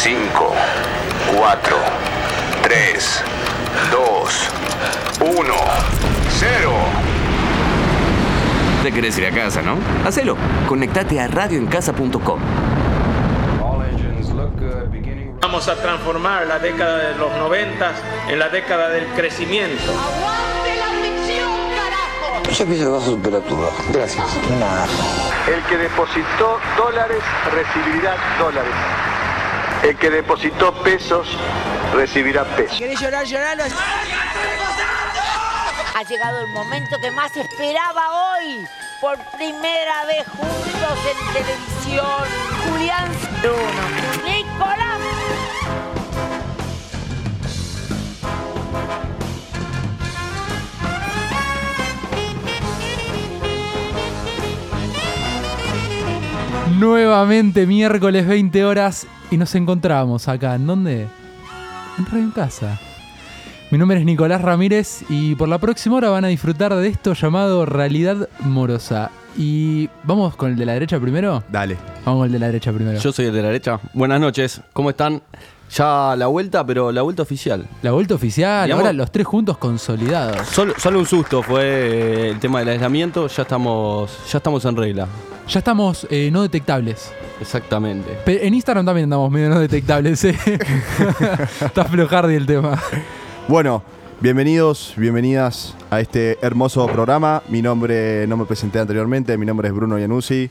5, 4, 3, 2, 1, 0. Te querés ir a casa, ¿no? Hacelo. Conectate a radioencasa.com. Vamos a transformar la década de los 90 en la década del crecimiento. ¡Aguante la ficción, carajo! Yo pienso que vas a superar todo. Gracias. Nada. El que depositó dólares recibirá dólares. El que depositó pesos recibirá pesos. ¿Querés llorar, lloralo? Ha llegado el momento que más esperaba hoy. Por primera vez juntos en televisión. Julián Bruno. Nicolás. Nuevamente miércoles 20 horas y nos encontramos acá. ¿En dónde? En Radio en Casa. Mi nombre es Nicolás Ramírez y por la próxima hora van a disfrutar de esto llamado Realidad Morosa. Y vamos con el de la derecha primero. Dale. Vamos con el de la derecha primero. Yo soy el de la derecha. Buenas noches. ¿Cómo están? Ya la vuelta, pero la vuelta oficial. La vuelta oficial, Digamos, ahora los tres juntos consolidados. Solo un susto fue el tema del aislamiento. Ya estamos en regla. Ya estamos no detectables. Exactamente. En Instagram también andamos medio no detectables, ¿eh? Está flojardi el tema. Bueno, bienvenidos, bienvenidas a este hermoso programa. Mi nombre, no me presenté anteriormente, mi nombre es Bruno Iannuzzi.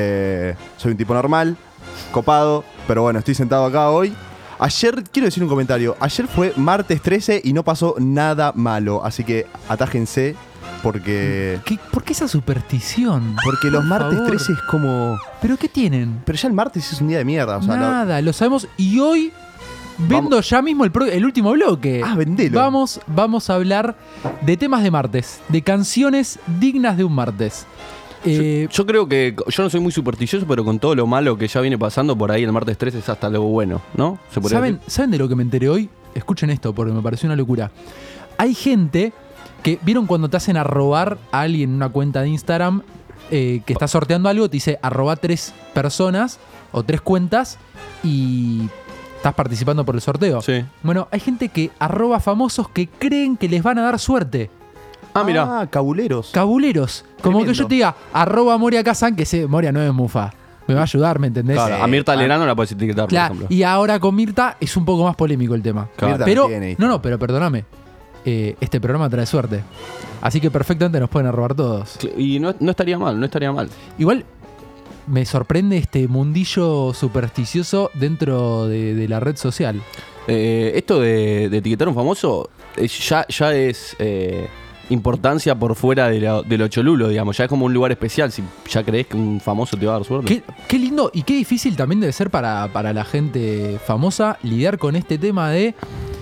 Soy un tipo normal, copado, pero bueno, estoy sentado acá hoy. Ayer, quiero decir un comentario, ayer fue martes 13 y no pasó nada malo, así que atájense porque... ¿Por qué esa superstición? Porque los martes 13 es como... ¿Pero qué tienen? Pero ya el martes es un día de mierda. O sea, nada, lo sabemos y hoy... Vendo ya mismo el último bloque. Ah, vendelo. Vamos a hablar de temas de martes, de canciones dignas de un martes. Yo creo que, yo no soy muy supersticioso, pero con todo lo malo que ya viene pasando por ahí el martes 13 es hasta lo bueno, ¿no? ¿Saben de lo que me enteré hoy? Escuchen esto porque me pareció una locura. Hay gente que, ¿vieron cuando te hacen arrobar a alguien en una cuenta de Instagram que está sorteando algo? Te dice arroba 3 personas o 3 cuentas y... estás participando por el sorteo. Sí. Bueno, hay gente que arroba famosos que creen que les van a dar suerte. Ah, mirá. Ah, cabuleros. Cabuleros. Como Tremendo. que yo te diga, arroba Moria Kazan, que sé, Moria no es mufa. Me va a ayudar, ¿me entendés? Claro, a Mirta Legrand la puedes etiquetar, por ejemplo. Y ahora con Mirta es un poco más polémico el tema. Claro. Pero, Mirta pero perdóname. Este programa trae suerte. Así que perfectamente nos pueden arrobar todos. Y no estaría mal, no estaría mal. Igual... me sorprende este mundillo supersticioso dentro de la red social. Esto de etiquetar a un famoso ya es importancia por fuera de lo cholulo, digamos. Ya es como un lugar especial. Si ya crees que un famoso te va a dar suerte. Qué lindo y qué difícil también debe ser para la gente famosa lidiar con este tema de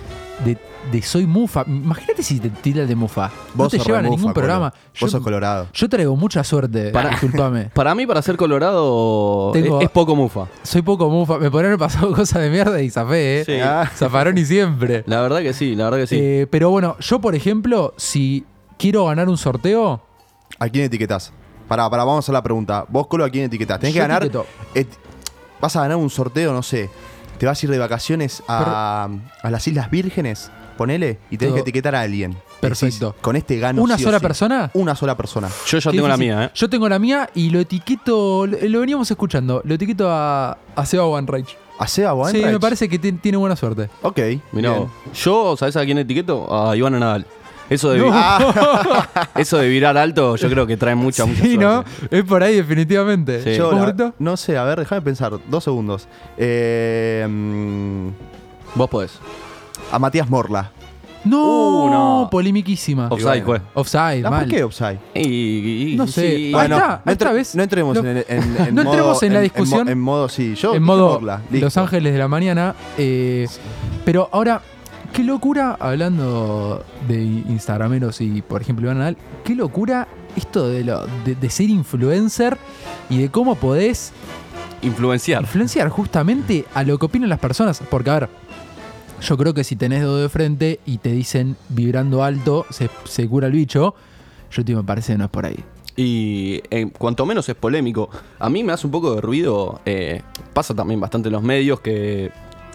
soy mufa. Imagínate si te tiras de mufa. No te llevan a ningún programa. Vos sos colorado. Yo traigo mucha suerte, disculpame. Para mí, para ser colorado, es poco mufa. Soy poco mufa. Me podrían haber pasado cosas de mierda y zafé, ¿eh? Sí. Zafarón y siempre. La verdad que sí. Pero bueno, yo por ejemplo, si quiero ganar un sorteo... ¿A quién etiquetás? Pará, vamos a la pregunta. Vos, Colo, ¿a quién etiquetás? Tenés que ganar... vas a ganar un sorteo, no sé. Te vas a ir de vacaciones a las Islas Vírgenes... ponele y tenés que etiquetar a alguien. Perfecto. Decís, con este gano. ¿Una sí sola sí. persona? Una sola persona. Yo ya tengo la mía, ¿eh? Yo tengo la mía y lo etiqueto. Lo veníamos escuchando. Lo etiqueto a Seba Wanreich. ¿A Seba Wanreich? Sí, me parece que tiene buena suerte. Ok. Mirá, bien. yo, ¿sabés a quién etiqueto? A Ivana Nadal. Eso de virar alto, yo creo que trae mucha sí, suerte. ¿no? Es por ahí, definitivamente. Sí. Yo, no sé, a ver, déjame pensar. 2 segundos. Vos podés. A Matías Morla. No, polemiquísima. Offside fue. Offside, mal. ¿Por qué offside? No sé. Sí. Ahí Bueno, está, esta vez. No entremos No entremos en la discusión. En modo, sí. Yo en modo Morla, listo. Los Ángeles de la Mañana. Pero ahora, qué locura, hablando de instagrameros y, por ejemplo, Iván Nadal, qué locura esto de ser influencer y de cómo podés influenciar justamente a lo que opinan las personas. Porque, a ver, yo creo que si tenés dedo de frente y te dicen vibrando alto, se cura el bicho, yo me parece que no es por ahí. Y cuanto menos es polémico, a mí me hace un poco de ruido, pasa también bastante en los medios que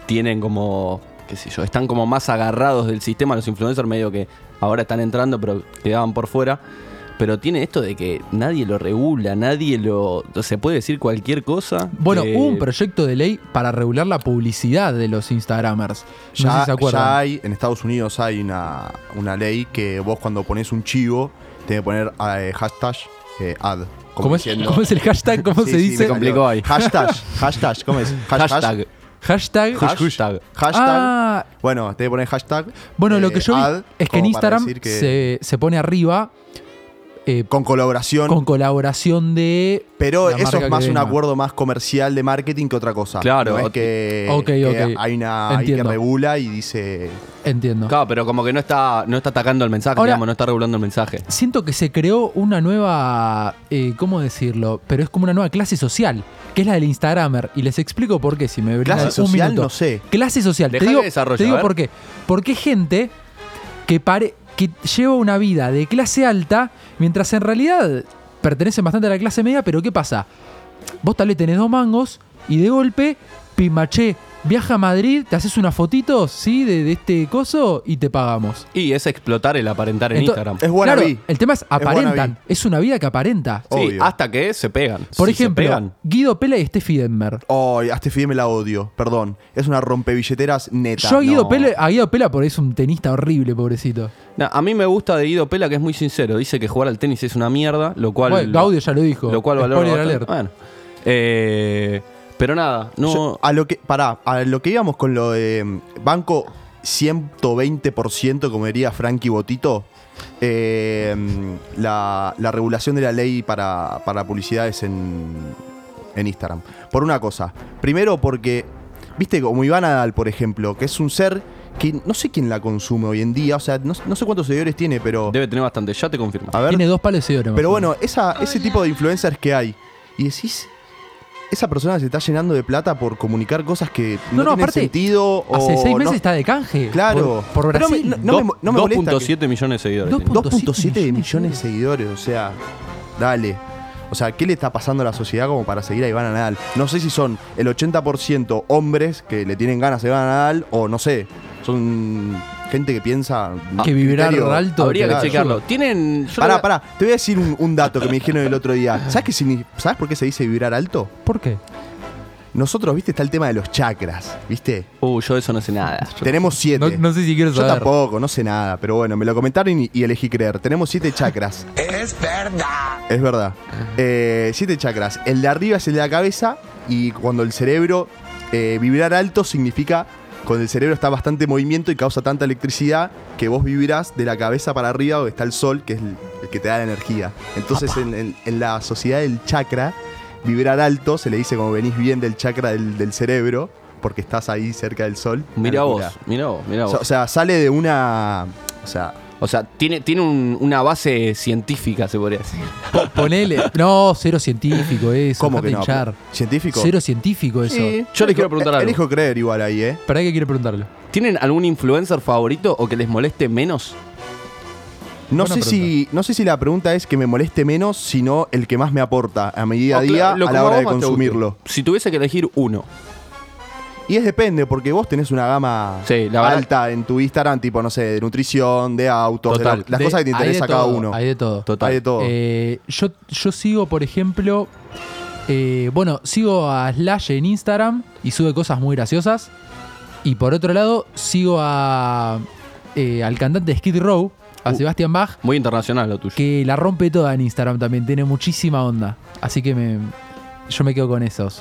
tienen como, qué sé yo, están como más agarrados del sistema. Los influencers medio que ahora están entrando, pero quedaban por fuera. Pero tiene esto de que nadie lo regula, se puede decir cualquier cosa. Bueno, hubo un proyecto de ley para regular la publicidad de los Instagramers. No sé si se acuerdan. Ya hay, en Estados Unidos hay una ley que vos cuando pones un chivo, tenés que poner hashtag ad. ¿Cómo es el hashtag? ¿Cómo se dice? Me complicó ahí. Hashtag, ¿cómo es? Hashtag. Bueno, tenés que poner hashtag. Bueno, lo que yo vi es que en Instagram que se pone arriba con colaboración de. Pero la eso marca es más que un venga. acuerdo más comercial de marketing que otra cosa. Claro. No es que, Ok. hay una ahí que Entiendo. regula y dice. Entiendo. Claro, pero como que no está atacando el mensaje, Ahora, digamos, no está regulando el mensaje. Siento que se creó una nueva. ¿Cómo decirlo? Pero es como una nueva clase social, que es la del Instagramer. Y les explico por qué, si me brindan Clase un social, minuto. no sé. Clase social. Dejá Te digo, que desarrolle, te digo a ver. por qué. Porque es gente que lleva una vida de clase alta, mientras en realidad pertenecen bastante a la clase media, pero ¿qué pasa? Vos tal vez tenés 2 mangos y de golpe, pimaché, viaja a Madrid, te haces unas fotitos, ¿sí? De este coso y te pagamos. Y es explotar el aparentar en Instagram. Es wannabe. Claro, el tema es aparentan. wannabe. Es una vida que aparenta. Sí, obvio. hasta que se pegan. Por Si se ejemplo, pegan. Guido Pela y Steffi Denmer. Ay, a Steffi me la odio, perdón. Es una rompebilleteras neta. Yo a No. Guido Pela porque es un tenista horrible, pobrecito. No, a mí me gusta de Guido Pela, que es muy sincero. Dice que jugar al tenis es una mierda, lo cual. Bueno, Gaudio ya lo dijo. Lo cual valora Spoiler bastante. alert. Bueno. Pero nada, no. A lo que íbamos con lo de banco 120%, como diría Frankie Botito, la regulación de la ley para publicidades en Instagram. Por una cosa. Primero porque, viste, como Iván Nadal, por ejemplo, que es un ser que no sé quién la consume hoy en día. O sea, no sé cuántos seguidores tiene, pero... Debe tener bastante, ya te confirmo. A ver. Tiene 2 palos de seguidores. Pero más o bueno, ese tipo de influencers que hay. Y decís, esa persona se está llenando de plata por comunicar cosas que no tienen aparte, sentido. hace 6 o meses no- está de canje. Claro. Por Pero Brasil. no me molesta. 2.7 millones de seguidores. 2.7 millones de seguidores, o sea, dale. O sea, ¿qué le está pasando a la sociedad como para seguir a Iván Nadal? No sé si son el 80% hombres que le tienen ganas a Iván Nadal o no sé, son gente que piensa... Que vibrar criterio- alto. Habría que Claro. checarlo. Tienen. Pará, te voy a decir un dato que me dijeron el otro día. ¿Sabes por qué se dice vibrar alto? ¿Por qué? Nosotros, viste, está el tema de los chakras, ¿viste? Yo de eso no sé nada. Tenemos 7. No sé si quiero Yo saber. tampoco, no sé nada, pero bueno, me lo comentaron y elegí creer. Tenemos 7 chakras. Es verdad. Es verdad. 7 chakras. El de arriba es el de la cabeza y cuando el cerebro vibrar alto significa cuando el cerebro está bastante en movimiento y causa tanta electricidad que vos vibrás de la cabeza para arriba donde está el sol, que es el que te da la energía. Entonces en la sociedad del chakra, vibrar alto se le dice como venís bien del chakra del cerebro porque estás ahí cerca del sol. Mira vos, Locura. mira vos. O sea, sale de una... O sea, tiene una base científica, se podría decir. Ponele. No, cero científico eso. ¿Cómo dejate que no? hinchar. ¿Científico? Cero científico eso. Sí, Yo les quiero preguntar algo. Elijo creer igual ahí, ¿eh? ¿Para qué quiere preguntarle? ¿Tienen algún influencer favorito o que les moleste menos? No Buena sé si la pregunta es que me moleste menos, sino el que más me aporta a mi día a O día lo a que la a hora vos de más te consumirlo. guste. Si tuviese que elegir uno. Y es depende, porque vos tenés una gama Sí, la verdad. alta en tu Instagram, tipo, no sé, de nutrición, de autos, Total. las cosas que te Hay interesa a de cada todo, uno. Hay de todo. Total. Hay de todo. Yo sigo, por ejemplo, sigo a Slash en Instagram y sube cosas muy graciosas. Y por otro lado, sigo al cantante de Skid Row, a Sebastian Bach, Muy internacional lo tuyo. que la rompe toda en Instagram también, tiene muchísima onda. Así que yo me quedo con esos.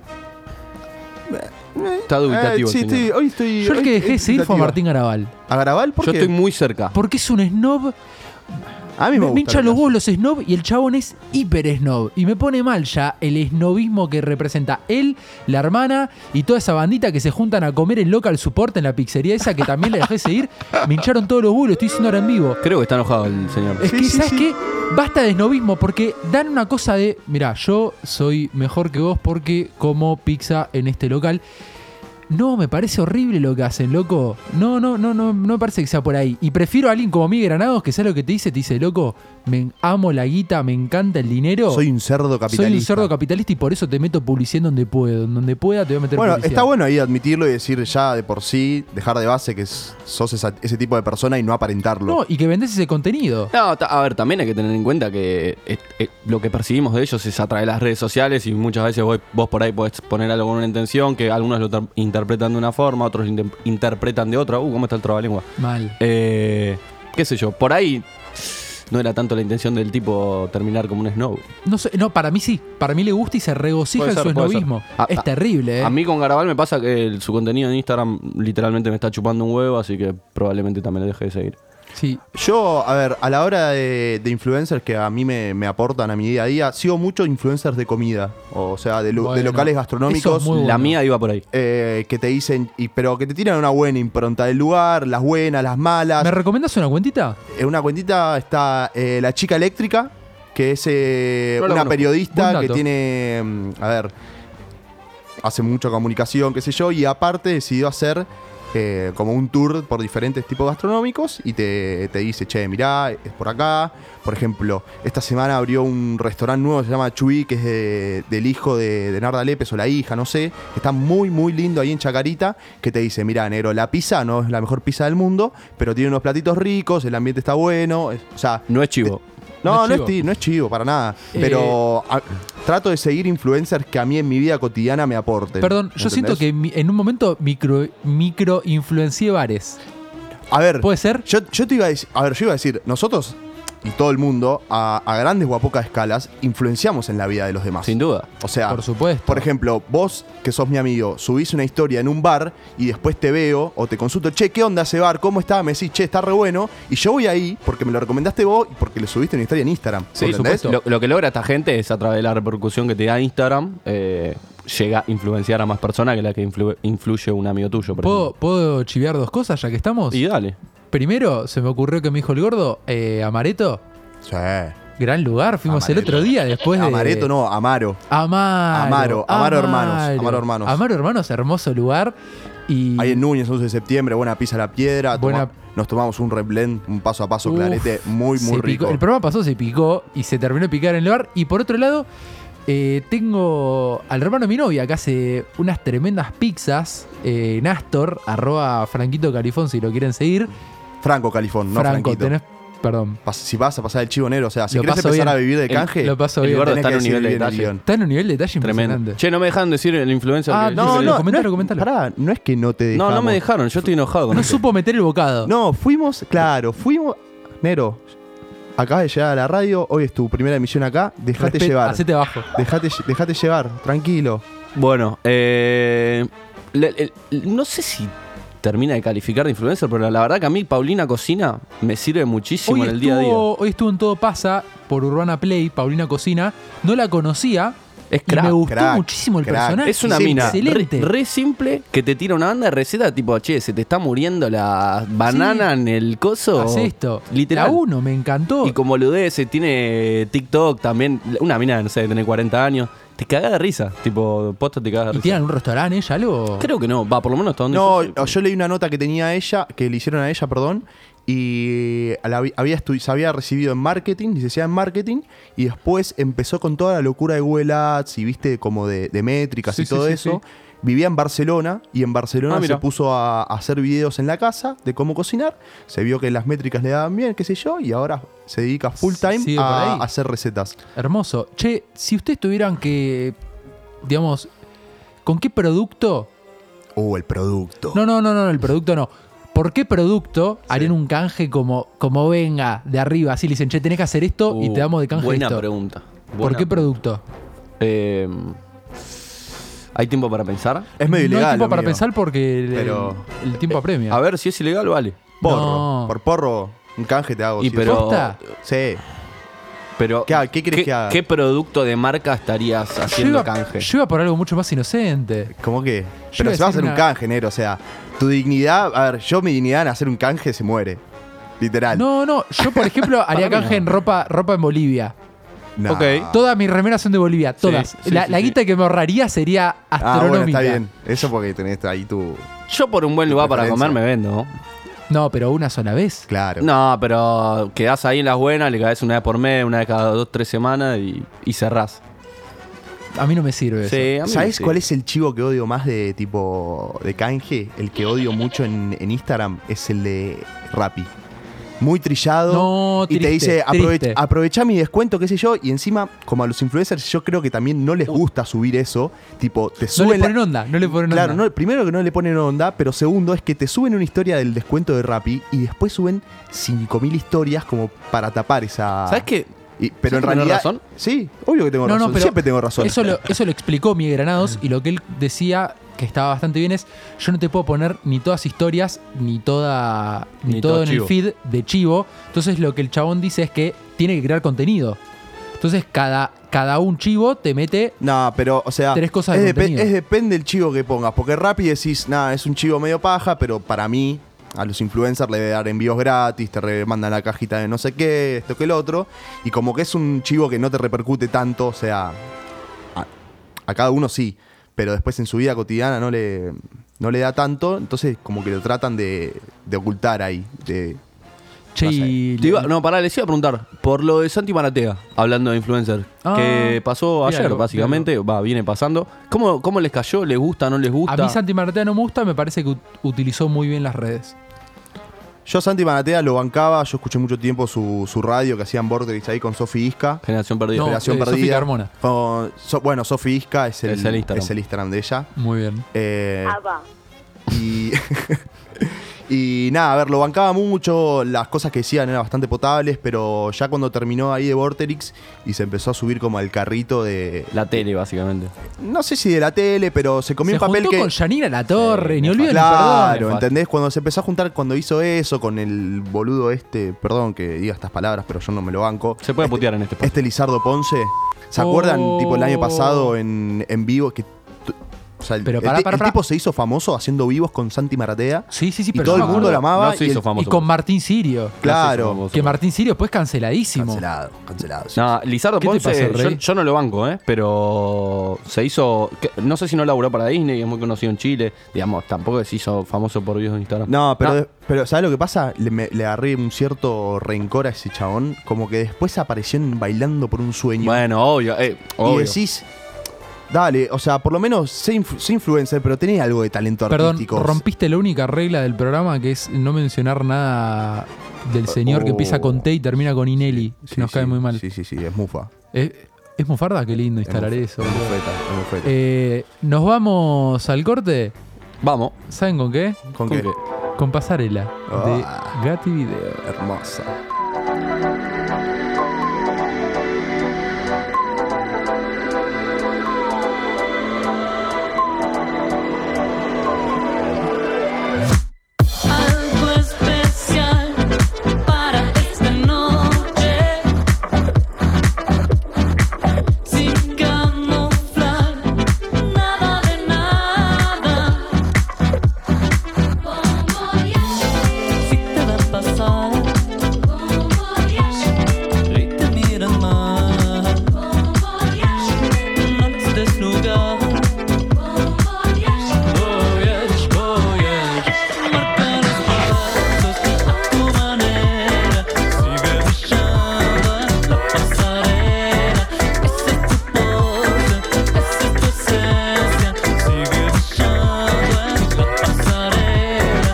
Está dubitativo, sí, señor. hoy estoy. Yo el que hoy dejé de seguir fue a dubitativo. Martín Garabal. ¿A Garabal? ¿Por Yo qué? estoy muy cerca. Porque es un snob. A mí me gusta. hincha los huevos los snob y el chabón es hiper snob. Y me pone mal ya el snobismo que representa él, la hermana y toda esa bandita que se juntan a comer el local support en la pizzería esa que también le dejé seguir. Me hincharon todos los huevos, lo estoy diciendo ahora en vivo. Creo que está enojado el señor. Es que, sí, ¿sabes sí. qué? Basta de snobismo porque dan una cosa de, mirá, yo soy mejor que vos porque como pizza en este local. No, me parece horrible lo que hacen, loco. No me parece que sea por ahí. Y prefiero a alguien como Miguel Granados que sabe lo que te dice, loco, amo la guita, me encanta el dinero. Soy un cerdo capitalista. Soy un cerdo capitalista y por eso te meto publicidad donde puedo. Donde pueda te voy a meter Bueno, publicidad. está bueno ahí admitirlo y decir ya de por sí, dejar de base que sos ese tipo de persona y no aparentarlo. No, y que vendés ese contenido. No, a ver, también hay que tener en cuenta que lo que percibimos de ellos es a través de las redes sociales y muchas veces vos por ahí podés poner algo con una intención que algunos lo interpretan de una forma, otros interpretan de otra. ¿Cómo está el trabalengua? Mal. Qué sé yo, por ahí no era tanto la intención del tipo terminar como un snob. No sé, no, para mí sí. Para mí le gusta y se regocija Puede en su ser, puede esnovismo. ser. Es terrible, ¿eh? A mí con Garabal me pasa que su contenido en Instagram literalmente me está chupando un huevo, así que probablemente también lo deje de seguir. Sí. Yo, a ver, a la hora de influencers que a mí me aportan a mi día a día, sigo mucho influencers de comida, o sea, de Bueno, locales eso gastronómicos. es muy bueno. La mía iba por ahí. Que te dicen, pero que te tiran una buena impronta del lugar, las buenas, las malas. ¿Me recomendás una cuentita? En una cuentita está La Chica Eléctrica, que es No la una conozco. periodista Buen que dato. tiene, hace mucha comunicación, qué sé yo, y aparte decidió hacer como un tour por diferentes tipos gastronómicos y te dice, che, mirá, es por acá. Por ejemplo, esta semana abrió un restaurante nuevo que se llama Chuy, que es del hijo de Narda Lépez o la hija, no sé. Está muy, muy lindo ahí en Chacarita, que te dice, mirá, negro, la pizza no es la mejor pizza del mundo, pero tiene unos platitos ricos, el ambiente está bueno. O sea, No es chivo. no No es es chivo, para nada. Pero trato de seguir influencers que a mí en mi vida cotidiana me aporten. Perdón, yo siento que en un momento micro influencié bares. A ver, ¿Puede ser? yo te iba a decir, yo iba a decir, nosotros y todo el mundo, a grandes o a pocas escalas, influenciamos en la vida de los demás. Sin duda. O sea, Por supuesto. por ejemplo, vos, que sos mi amigo, subís una historia en un bar y después te veo o te consulto, che, ¿qué onda ese bar? ¿Cómo está? Me decís, che, está re bueno. Y yo voy ahí porque me lo recomendaste vos y porque le subiste una historia en Instagram. Sí, ¿entendés? lo que logra esta gente es a través de la repercusión que te da Instagram, llega a influenciar a más personas que la que influye un amigo tuyo. Por ejemplo. ¿Puedo chiviar dos cosas ya que estamos? Y dale. Primero, se me ocurrió que me dijo el gordo, Amaretto, Sí. gran lugar, fuimos el Amaretto. otro día después de... Amaretto no, Amaro. Amaro Hermanos. Amaro Hermanos, hermoso lugar. Y Ahí en Núñez, 11 de septiembre, buena pizza a la piedra. Buena- Nos tomamos un reblend, un paso a paso, Uf, clarete, muy, muy se rico. picó. El programa pasó, se picó y se terminó de picar en el bar. Y por otro lado, tengo al hermano de mi novia que hace unas tremendas pizzas, Nástor, @Franquito Califón si lo quieren seguir. Franco Califón, no Franco, Franquito. tenés... Perdón. Si vas a pasar el chivo negro, o sea, si Lo querés paso empezar bien. a vivir de canje, Lo paso el bien. gordo tenés está que en un decir nivel de bien el detalle. guión. Está en un nivel de detalle Tremendo. impresionante. Che, no me dejaron decir el influencer. Ah, que- no, que- no. Comentalo. Pará, no es que no te No, dejamos. no me dejaron, yo estoy enojado con No eso. supo meter el bocado. No, fuimos, Nero, acabas de llegar a la radio, hoy es tu primera emisión acá, dejate llevar. Hacete abajo. Dejate llevar, tranquilo. Bueno, no sé si termina de calificar de influencer, pero la verdad que a mí Paulina Cocina me sirve muchísimo Hoy en el día a día. estuvo en Todo Pasa por Urbana Play, Paulina Cocina. No la conocía Es y crack, me gustó crack, muchísimo el crack. personaje. Es una Sí, mina excelente. re simple que te tira una banda de receta tipo, che, se te está muriendo la banana en el coso. Haz esto. Literal. La 1 me encantó. Y como se tiene TikTok también, una mina, no sé, tiene 40 años, te cagas de risa. Tipo, posta te cagas de ¿Y risa. tienen un restaurante ella algo? Creo que no, va, por lo menos hasta donde No, yo sé. yo leí una nota que tenía ella, que le hicieron a ella, perdón, y se había recibido en marketing, licenciada en marketing, y después empezó con toda la locura de Google Ads y viste como de métricas Sí, y todo sí, eso. Vivía en Barcelona y en Barcelona se mira. puso a hacer videos en la casa de cómo cocinar. Se vio que las métricas le daban bien, qué sé yo, y ahora se dedica full time Sigue por a ahí. hacer recetas. Hermoso. Che, si ustedes tuvieran que, digamos, ¿con qué producto? El producto. No, el producto no. ¿Por qué producto harían un canje como venga de arriba? Así le dicen, che, tenés que hacer esto y te damos de canje Buena esto. pregunta. ¿Por Buena qué pregunta. producto? ¿Hay tiempo para pensar? Es medio no ilegal. hay tiempo para amigo. pensar porque Pero- el tiempo apremia. A ver, si es ilegal, vale. Porro. No. Por porro, un canje te hago. Y sí. pero, ¿Posta? Sí. pero ¿Qué querés que haga? ¿Qué producto de marca estarías haciendo canje? Yo iba por algo mucho más inocente. ¿Cómo que? Yo Pero iba se va a a hacer decir un una- canje, negro. O sea, tu dignidad. A ver, mi dignidad en hacer un canje se muere. Literal. No, yo por ejemplo haría Para mí canje en ropa en Bolivia. No. Ok. Todas mis remeras son de Bolivia, todas. sí, la sí, la sí. guita que me ahorraría sería Ah, bueno, astronómica. está bien. Eso porque tenés ahí tu. Yo por un buen lugar para preferencia. comer me vendo, ¿no? No, pero una sola vez. Claro. No, pero quedás ahí en las buenas, le caes una vez por mes, una vez cada 2-3 semanas y cerrás. A mí no me sirve eso. Sí, a mí ¿Sabés sí. cuál es el chivo que odio más de tipo de canje? El que odio mucho en Instagram es el de Rappi. Muy trillado. No, y te triste, dice, triste. aprovecha mi descuento, qué sé yo. Y encima, como a los influencers, yo creo que también no les gusta subir eso. Tipo, te No suben. le ponen onda, no le ponen Claro, onda. no, primero que no le ponen onda, pero segundo es que te suben una historia del descuento de Rappi y después suben 5.000 historias como para tapar esa. ¿Sabes qué? Pero en ¿Sabes que tenés realidad. razón? Sí, obvio que tengo No, no, razón. pero Siempre tengo razón. Eso lo explicó Miguel Granados y lo que él decía que estaba bastante bien es: yo no te puedo poner ni todas historias, ni todo en chivo. el feed de chivo. Entonces lo que el chabón dice es que tiene que crear contenido. Entonces cada un chivo te mete. No, pero, o sea, Tres cosas de contenido. depende del chivo que pongas. Porque Rappi decís, nada, es un chivo medio paja, pero para mí, a los influencers le debe dar envíos gratis, te mandan la cajita de no sé qué, esto que el otro. Y como que es un chivo que no te repercute tanto, o sea, a cada uno sí, pero después en su vida cotidiana no le da tanto, entonces como que lo tratan de ocultar ahí. Che, y- Les iba a preguntar, por lo de Santi Maratea, hablando de influencer, Ah, que pasó ayer, míralo, básicamente, viene pasando. ¿Cómo les cayó? ¿Les gusta? ¿No les gusta? A mí Santi Maratea no me gusta, me parece que utilizó muy bien las redes. Yo a Santi Maratea lo bancaba, yo escuché mucho tiempo su radio que hacían Vortex ahí con Sofi Isca. Generación perdida. No, Generación Sofi Perdida. Carmona. Bueno, Sofi Isca es el Instagram de ella. Muy bien. Y, y nada, a ver, lo bancaba mucho, las cosas que decían eran bastante potables, pero ya cuando terminó ahí de Vorterix y se empezó a subir como al carrito de... La tele, básicamente. No sé si de la tele, pero se comió Se un papel juntó que... con Yanira Latorre, ni olvido ni Claro, perdón. ¿entendés? Cuando se empezó a juntar, cuando hizo eso con el boludo perdón que diga estas palabras, pero yo no me lo banco. Se puede putear en este podcast. Lizardo Ponce, ¿se acuerdan? Tipo el año pasado en vivo que... O sea, Pero el tipo se hizo famoso haciendo vivos con Santi Maratea. Sí, Y pero todo yo el me mundo acuerdo. lo amaba. No se hizo famoso. Y con Martín Sirio. Claro. Que Martín Sirio después canceladísimo. Cancelado. Sí. No, Lizardo ¿Qué te Ponce, pasó, Rey? yo no lo banco, pero se hizo. No sé si no laburó para Disney, es muy conocido en Chile. Digamos, tampoco se hizo famoso por videos de Instagram. No, pero ¿sabes lo que pasa? Le agarré un cierto rencor a ese chabón. Como que después apareció en Bailando por un Sueño. Bueno, obvio. Y obvio. decís, dale, o sea, por lo menos sé influencer, pero tenés algo de talento Perdón, artístico. rompiste la única regla del programa, que es no mencionar nada del señor que empieza con T y termina con Inelli. Sí, Nos cae muy mal. Sí, es mufa. ¿Es mufarda? Qué lindo instalar eso. Es boludo. mufeta. Nos vamos al corte. Vamos. ¿Saben con qué? ¿Con qué? Con Pasarela de Ah. Gatti Video. Hermosa. Algo especial para esta noche, sin camuflar nada de nada. Si te va a pasar y te miran mal, no les des lugar. Marca los pasos a tu manera, sigue brillando en la pasarela. Esa es tu pose, esa es tu esencia, sigue brillando en la pasarela.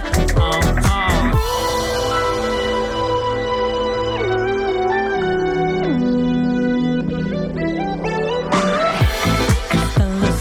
Cristales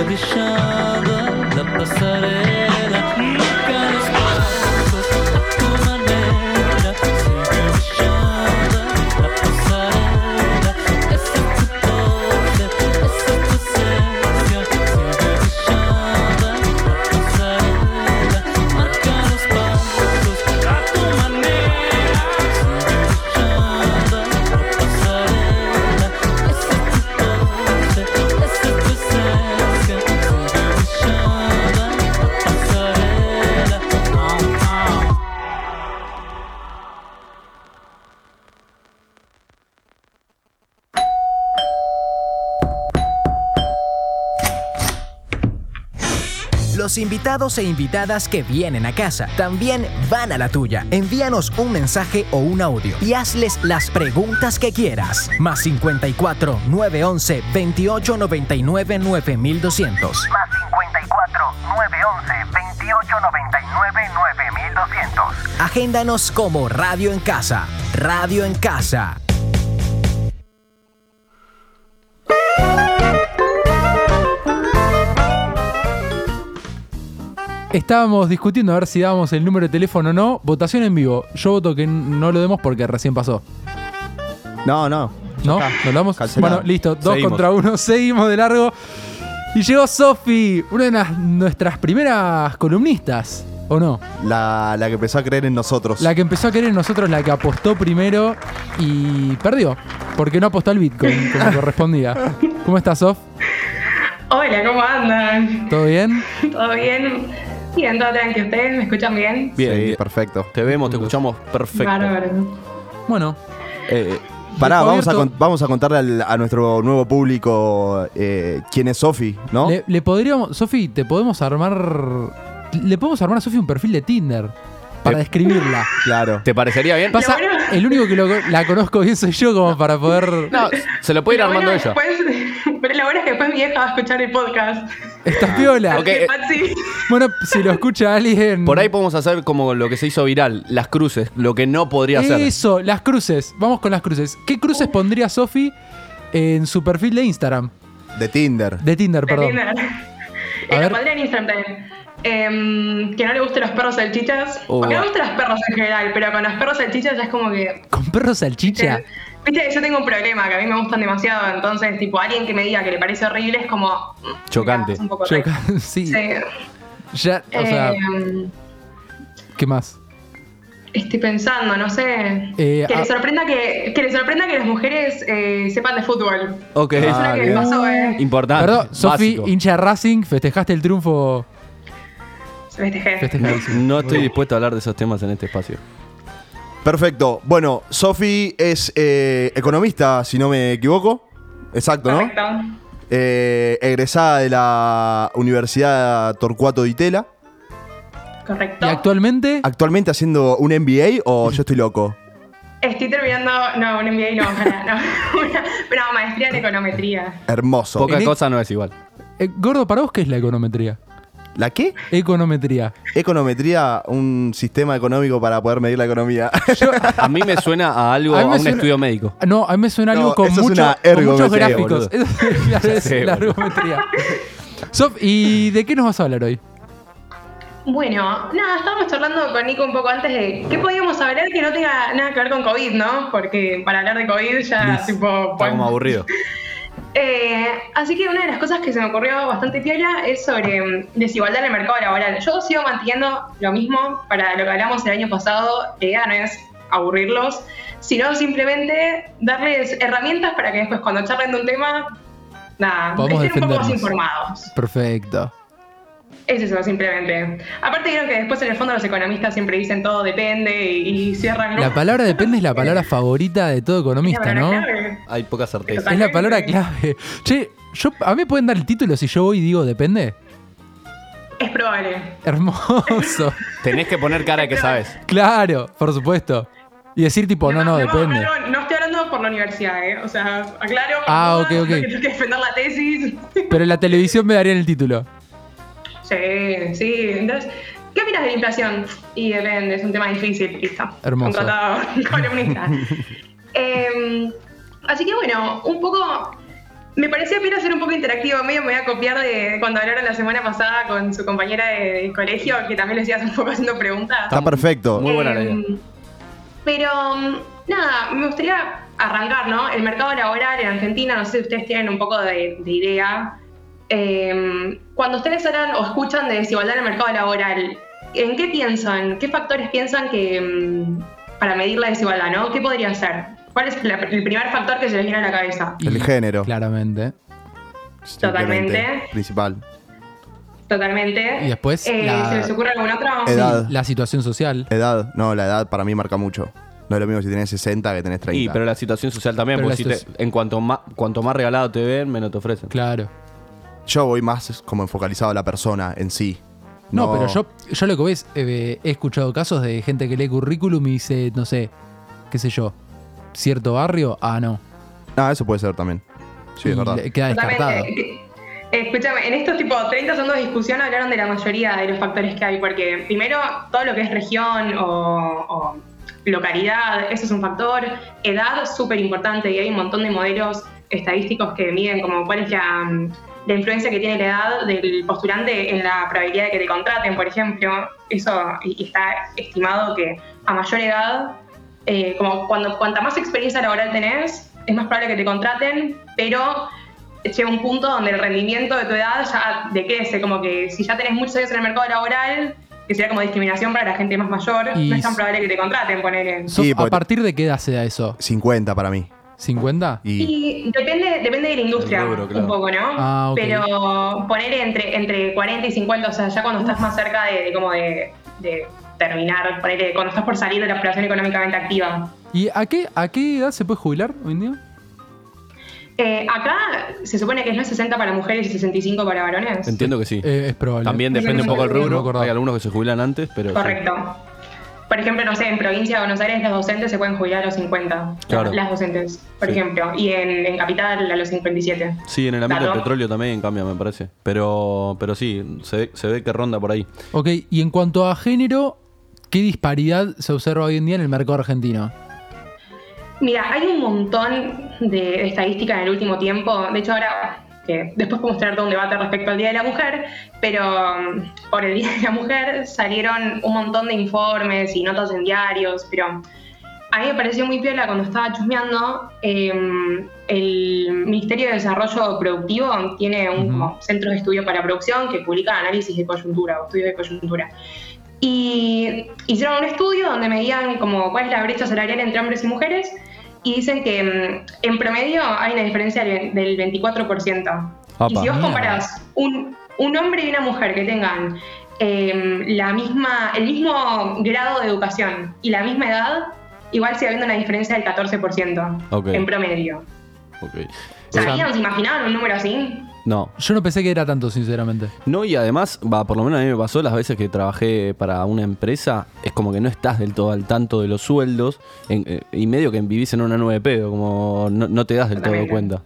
sigue brillando la pasarela. Marca los pasos a tu manera, sigue brillando la pasarela. Esa es tu pose, esa es tu esencia, sigue brillando la pasarela. Marca los pasos a tu manera, sigue brillando la pasarela. Esa es tu pose, esa es tu esencia, sigue brillando la pasarela. Los invitados e invitadas que vienen a casa también van a la tuya. Envíanos un mensaje o un audio y hazles las preguntas que quieras. Más 54 911 28 99 9200. Más 54 911 28 99 9200. Agéndanos como Radio en Casa. Radio en Casa. Estábamos discutiendo a ver si dábamos el número de teléfono o no. Votación en vivo. Yo voto que no lo demos porque recién pasó. No. ¿No? ¿No lo damos? Cancelado. Bueno, listo. 2 Seguimos. contra 1. Seguimos de largo. Y llegó Sofi, una de nuestras primeras columnistas. ¿O no? La que empezó a creer en nosotros. La que empezó a querer en nosotros, la que apostó primero y perdió. Porque no apostó al Bitcoin como correspondía. ¿Cómo estás, Sof? Hola, ¿cómo andan? ¿Todo bien? ¿Todo bien? Bien, todo tranqui. ¿Ustedes me escuchan bien? Bien, Sí, bien. perfecto. Te vemos, te escuchamos perfecto. Bárbaro. Bueno. Pará, Descubierto. vamos a contarle a nuestro nuevo público quién es Sofi, ¿no? Le podríamos, Sofi, le podemos armar a Sofi un perfil de Tinder para describirla. Claro. ¿Te parecería bien? Pasa, Lo bueno- el único que la conozco bien soy yo como para poder... No, se lo puede ir Lo armando bueno ella. pero lo bueno es que después mi hija va a escuchar el podcast. Esta piola. Ok. Así que, Patsy, Bueno, si lo escucha alguien... Por ahí podemos hacer como lo que se hizo viral, las cruces, lo que no podría hacer. Eso, las cruces. Vamos con las cruces. ¿Qué cruces pondría Sofi en su perfil de Instagram? De Tinder. De Tinder, de perdón. Tinder. A ver. Lo pondré en Instagram también. Que no le gusten los perros salchichas. Porque no me gustan los perros en general, pero con los perros salchichas ya es como que... ¿Con perro salchicha? Viste, yo tengo un problema, que a mí me gustan demasiado, entonces, tipo, alguien que me diga que le parece horrible es como... Chocante. es un poco raro. Sí. Sí. Ya, o sea, ¿qué más? Estoy pensando, no sé. Eh, que les sorprenda que las mujeres sepan de fútbol. Ok. Es una que me bien. pasó, Importante. Perdón, Sofi, básico. hincha de Racing, festejaste el triunfo. Festejé. Festejadísimo. No estoy dispuesto a hablar de esos temas en este espacio. Perfecto. Bueno, Sofi es economista, si no me equivoco. Exacto, ¿no? Correcto. Egresada de la Universidad Torcuato Di Itela. Correcto. ¿Y actualmente? ¿Actualmente haciendo un MBA o yo estoy loco? Estoy terminando, no, un MBA no, ojalá, no. Una maestría en econometría. Hermoso. Poca En- cosa no es igual. Gordo, ¿para vos qué es la econometría? ¿La qué? Econometría. Econometría, un sistema económico para poder medir la economía. A mí me suena a algo, A a, mí me un suena- estudio médico. No, a mí me suena No, algo con, eso es mucho, una con muchos ergometría, gráficos. boludo. Claro, es Sí, la boludo. ergometría. Sof, ¿y de qué nos vas a hablar hoy? Bueno, nada, estábamos charlando con Nico un poco antes de qué podíamos hablar que no tenga nada que ver con COVID, ¿no? Porque para hablar de COVID ya, tipo... Está como aburrido. Así que una de las cosas que se me ocurrió bastante piola es sobre desigualdad en el mercado laboral. Yo sigo manteniendo lo mismo para lo que hablamos el año pasado. La idea no es aburrirlos, sino simplemente darles herramientas para que después cuando charlen de un tema, nada, Podamos estén un poco más defendernos. informados. Perfecto. Es eso, simplemente. Aparte vieron que después en el fondo los economistas siempre dicen todo depende y cierran... La palabra depende es la palabra favorita de todo economista, ¿no? Hay poca certeza. Es la palabra clave. Che, a mí me pueden dar el título si yo voy y digo depende. Es probable. Hermoso. Tenés que poner cara de que sabes. Claro, por supuesto. Y decir tipo, no, depende. No estoy hablando por la universidad, ¿eh? O sea, aclaro. Ah, por dudas, ok. que tengo que defender la tesis. Pero en la televisión me darían el título. Sí. Entonces, ¿qué opinas de la inflación? Y depende, es un tema difícil, listo. Hermoso. Contratado columnista. Así que bueno, un poco Me parecía pena ser un poco interactivo, medio me voy a copiar de cuando hablaron la semana pasada con su compañera de colegio, que también le decías un poco haciendo preguntas. Está perfecto. Muy buena la idea. Pero nada, me gustaría arrancar, ¿no? El mercado laboral en Argentina, no sé si ustedes tienen un poco de idea. Cuando ustedes hablan o escuchan de desigualdad en el mercado laboral, ¿en qué piensan? ¿Qué factores piensan que para medir la desigualdad, ¿no? ¿Qué podría ser? ¿Cuál es el primer factor que se les viene a la cabeza? El género. Claramente. Totalmente. Principal. Totalmente. Y después ¿Se les ocurre algún otro? Edad. La situación social. Edad. No, la edad para mí marca mucho. No es lo mismo si tenés 60 que tenés 30. Y pero la situación social también, Pero porque la en cuanto más regalado te ven, menos te ofrecen. Claro. Yo voy más como enfocalizado a la persona en sí. No, pero yo lo que ves, he escuchado casos de gente que lee currículum y dice, no sé, qué sé yo, cierto barrio, no. Ah, eso puede ser también. Sí, es verdad. Queda descartado. Escúchame, en estos tipo 30 segundos de discusión hablaron de la mayoría de los factores que hay, porque primero todo lo que es región o localidad, eso es un factor. Edad, súper importante, y hay un montón de modelos estadísticos que miden como cuál es la influencia que tiene la edad del postulante en la probabilidad de que te contraten, por ejemplo. Eso, y está estimado que a mayor edad, como cuanta más experiencia laboral tenés, es más probable que te contraten, pero llega un punto donde el rendimiento de tu edad ya decrece, como que si ya tenés muchos años en el mercado laboral, que sería como discriminación para la gente más mayor, no es tan probable que te contraten, ponele. ¿A partir de qué edad se da eso? 50 para mí. ¿50? Y depende de la industria, rubro, claro. un poco, ¿no? Ah, ok. Pero poner entre 40 y 50, o sea, ya cuando estás más cerca de terminar, ponerle, cuando estás por salir de la población económicamente activa. ¿Y a qué edad se puede jubilar hoy en día? Acá se supone que es no 60 para mujeres y 65 para varones. Entiendo que sí. Es probable. También depende un poco del No me rubro. acordaba. Hay algunos que se jubilan antes, pero... Correcto. Por ejemplo, no sé, en provincia de Buenos Aires los docentes se pueden jubilar a los 50. Claro. Las docentes, por ejemplo. Y en Capital a los 57. Sí, en el ámbito Claro. del petróleo también cambia, me parece. Pero sí, se ve que ronda por ahí. Ok, y en cuanto a género, ¿qué disparidad se observa hoy en día en el mercado argentino? Mira, hay un montón de estadísticas en el último tiempo. De hecho, ahora, que después podemos tener todo un debate respecto al Día de la Mujer, pero por el Día de la Mujer salieron un montón de informes y notas en diarios, pero a mí me pareció muy piola cuando estaba chusmeando. El Ministerio de Desarrollo Productivo tiene un como centro de estudio para producción que publica análisis de coyuntura o estudios de coyuntura. Y hicieron un estudio donde medían como cuál es la brecha salarial entre hombres y mujeres, y dicen que en promedio hay una diferencia del 24%. Y si vos comparás un hombre y una mujer que tengan el mismo grado de educación y la misma edad, igual sigue habiendo una diferencia del 14% en promedio. Okay. ¿Sabían? ¿Se imaginaban un número así? No. Yo no pensé que era tanto, sinceramente. No, y además, por lo menos a mí me pasó las veces que trabajé para una empresa, es como que no estás del todo al tanto de los sueldos y medio que vivís en una nube de pedo, como no te das del todo cuenta.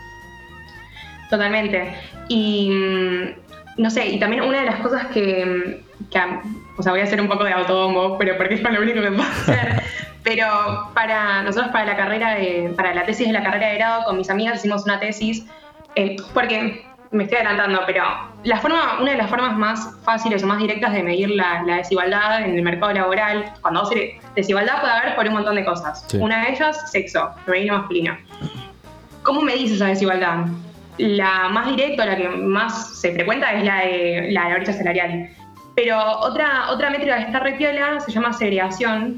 Totalmente. Y no sé, y también una de las cosas que o sea, voy a hacer un poco de autobombo, pero porque es lo único que puedo hacer. Pero nosotros para la carrera para la tesis de la carrera de grado, con mis amigas hicimos una tesis, porque me estoy adelantando, pero una de las formas más fáciles o más directas de medir la desigualdad en el mercado laboral, cuando vos desigualdad puede haber por un montón de cosas. Sí. Una de ellas, sexo, femenino, masculino. ¿Cómo medís esa desigualdad? La más directa, la que más se frecuenta es la de la brecha salarial. Pero otra métrica que está re piola se llama segregación,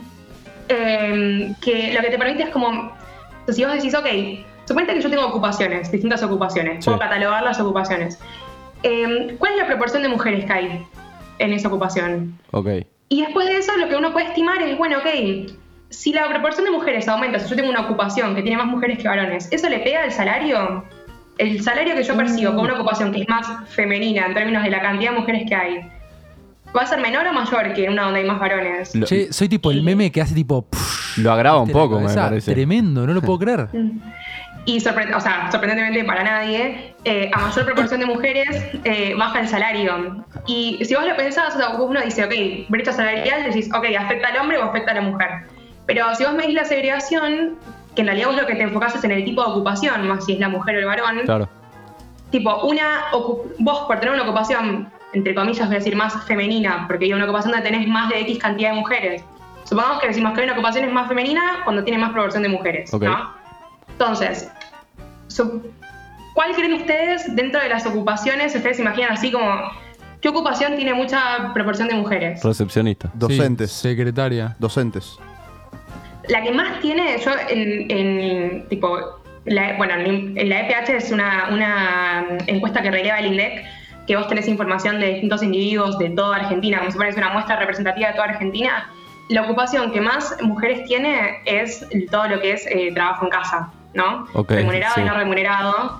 que lo que te permite es como, si vos decís, ok, suponete que yo tengo ocupaciones, distintas ocupaciones, puedo catalogar las ocupaciones. ¿Cuál es la proporción de mujeres que hay en esa ocupación? Okay. Y después de eso lo que uno puede estimar es, bueno, ok, si la proporción de mujeres aumenta, si yo tengo una ocupación que tiene más mujeres que varones, ¿eso le pega al salario? El salario que yo percibo con una ocupación que es más femenina en términos de la cantidad de mujeres que hay, ¿va a ser menor o mayor que en una donde hay más varones? Che, soy tipo el meme que hace tipo... Lo agrava un poco, me parece. Tremendo, no lo puedo creer. Y sorprendentemente para nadie, a mayor proporción de mujeres baja el salario. Y si vos lo pensás, o sea, uno dice, ok, brecha salarial, decís, ok, ¿afecta al hombre o afecta a la mujer? Pero si vos medís la segregación, que en realidad vos lo que te enfocás es en el tipo de ocupación, más si es la mujer o el varón. Claro. Tipo, vos por tener una ocupación, entre comillas voy a decir, más femenina, porque hay una ocupación donde tenés más de X cantidad de mujeres. Supongamos que decimos que una ocupación es más femenina cuando tiene más proporción de mujeres, Ok. ¿no? Entonces, ¿cuál creen ustedes dentro de las ocupaciones? Ustedes se imaginan así como, ¿qué ocupación tiene mucha proporción de mujeres? Recepcionista. Docentes. Sí, secretaria. Docentes. La que más tiene, yo en la EPH es una encuesta que releva el INDEC, que vos tenés información de distintos individuos de toda Argentina, como si fuera una muestra representativa de toda Argentina. La ocupación que más mujeres tiene es todo lo que es trabajo en casa, ¿no? Ok, Remunerado sí. y no remunerado.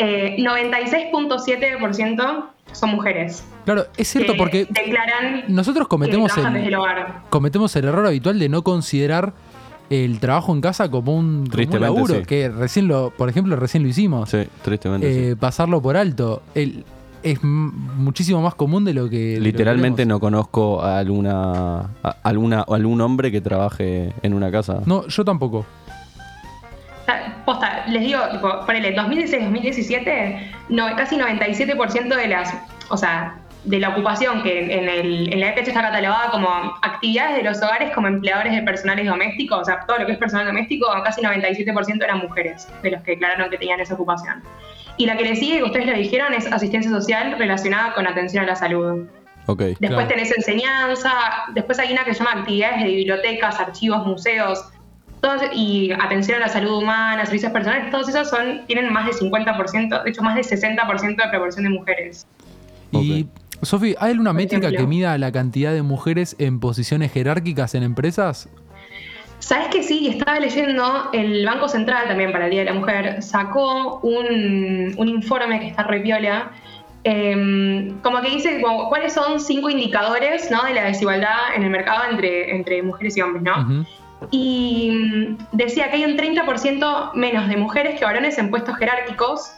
96.7% son mujeres. Claro, es cierto que porque declaran nosotros cometemos que trabajan desde el hogar. cometemos el error habitual de no considerar el trabajo en casa como un Tristemente, laburo, sí. que por ejemplo, recién lo hicimos. Sí, tristemente. Sí. Pasarlo por alto. Es muchísimo más común de lo que... Literalmente de lo no conozco a algún hombre que trabaje en una casa. que vemos. No, yo tampoco. Posta, les digo, tipo, ponele, 2016-2017, casi 97% de las, de la ocupación que en la EPH está catalogada como actividades de los hogares como empleadores de personales domésticos, o sea, todo lo que es personal doméstico, casi 97% eran mujeres de los que declararon que tenían esa ocupación. Y la que le sigue, que ustedes lo dijeron, es asistencia social relacionada con atención a la salud. Ok. Después tenés enseñanza, después hay una que se llama actividades de bibliotecas, archivos, museos, y atención a la salud humana, servicios personales, todos esos tienen más de 50%, de hecho más de 60% de proporción de mujeres. Y, Sofi, ¿hay alguna métrica ejemplo. que mida la cantidad de mujeres en posiciones jerárquicas en empresas? ¿Sabes que sí? Estaba leyendo, el Banco Central también para el Día de la Mujer sacó un informe que está re piola, como que dice cuáles son 5 indicadores, ¿no?, de la desigualdad en el mercado entre mujeres y hombres, ¿no? Ujú. Y decía que hay un 30% menos de mujeres que varones en puestos jerárquicos.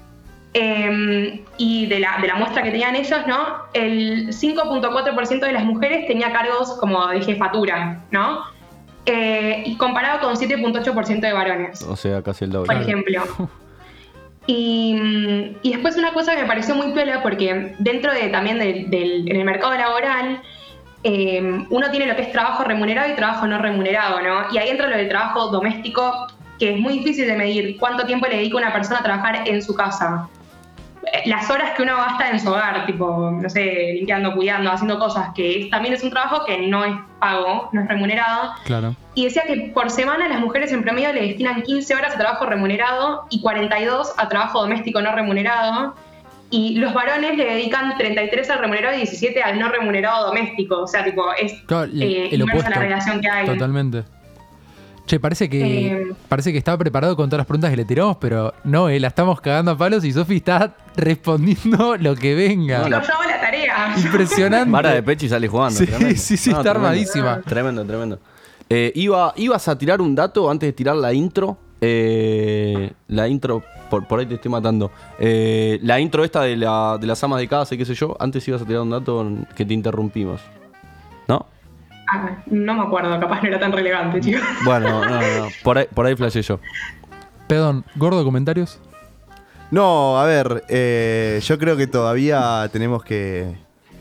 Y de la muestra que tenían ellos, ¿no?, el 5.4% de las mujeres tenía cargos como de jefatura, ¿no? Y comparado con 7.8% de varones, O sea, casi el doble. por ejemplo. Y después una cosa que me pareció muy piola, porque dentro también en el mercado laboral, uno tiene lo que es trabajo remunerado y trabajo no remunerado, ¿no? Y ahí entra lo del trabajo doméstico, que es muy difícil de medir cuánto tiempo le dedica una persona a trabajar en su casa. Las horas que uno gasta en su hogar, tipo, no sé, limpiando, cuidando, haciendo cosas, también es un trabajo que no es pago, no es remunerado. Claro. Y decía que por semana las mujeres en promedio le destinan 15 horas a trabajo remunerado y 42 a trabajo doméstico no remunerado. Y los varones le dedican 33 al remunerado y 17 al no remunerado doméstico. O sea, tipo, es Claro, el inversa opuesto. la relación que hay. Totalmente. Che, parece que estaba preparado con todas las preguntas que le tiramos, pero no, la estamos cagando a palos y Sofi está respondiendo lo que venga. Chicos, yo hago la tarea. Impresionante. Vara de pecho y sale jugando. Sí, tremendo. sí, está tremendo. armadísima. Tremendo, tremendo. Ibas a tirar un dato antes de tirar la intro. La intro, por ahí te estoy matando. La intro esta de las amas de casa y qué sé yo. Antes ibas a tirar un dato que te interrumpimos. ¿No? No me acuerdo, capaz no era tan relevante, chicos. Bueno, no. Por ahí flashé yo. Perdón, gordo, comentarios. No, a ver, yo creo que todavía tenemos que...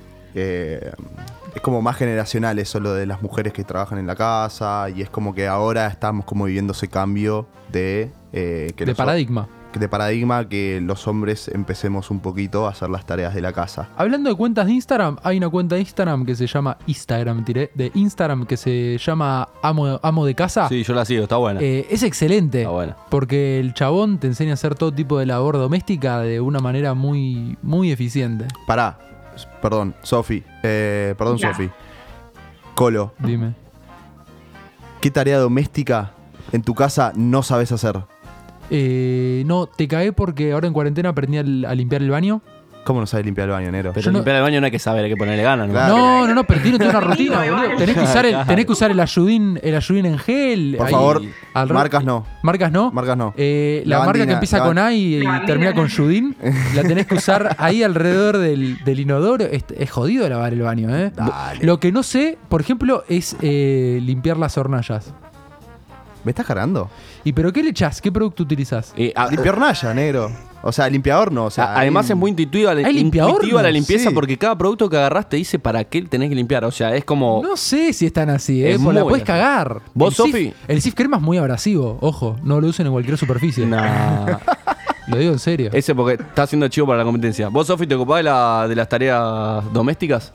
es como más generacional eso, lo de las mujeres que trabajan en la casa, y es como que ahora estamos como viviendo ese cambio de... De paradigma. De paradigma, que los hombres empecemos un poquito a hacer las tareas de la casa. Hablando de cuentas de Instagram, hay una cuenta de Instagram que se llama que se llama Amo de Casa. Sí, yo la sigo, está buena. Es excelente. Está buena. Porque el chabón te enseña a hacer todo tipo de labor doméstica de una manera muy, muy eficiente. Perdón, Sofi. Perdón, Ya. Sofi. Colo, Dime. ¿qué tarea doméstica en tu casa no sabes hacer? No, te cagué porque ahora en cuarentena aprendí a limpiar el baño. ¿Cómo no sabes limpiar el baño, Nero? Pero limpiar el baño no hay que saber, hay que ponerle ganas, ¿no? Claro. No, pero tiene una rutina, Igual. boludo. Tenés que usar el ayudín en gel. Por ahí, favor, al- marcas no. ¿Marcas no? Marcas no. La Lavandina, marca que empieza con A y Lavandina. termina con Yudin, la tenés que usar ahí alrededor del inodoro. Es jodido lavar el baño, ¿eh? Dale. Lo que no sé, por ejemplo, es limpiar las hornallas. ¿Me estás cargando? ¿Y pero qué le echás? ¿Qué producto utilizás? Limpiornalla, negro. O sea, limpiador no. O sea, además es muy intuitiva, ¿Hay limpiador? intuitiva la limpieza Sí. porque cada producto que agarrás te dice para qué tenés que limpiar. O sea, es como... No sé si es tan así, Es porque la muy puedes así. cagar. ¿Vos, El Cif- Sofi? El Cif crema es muy abrasivo, ojo, no lo usen en cualquier superficie. Nah. Lo digo en serio. Ese porque está haciendo chivo para la competencia. ¿Vos, Sofi, te ocupás de las tareas domésticas?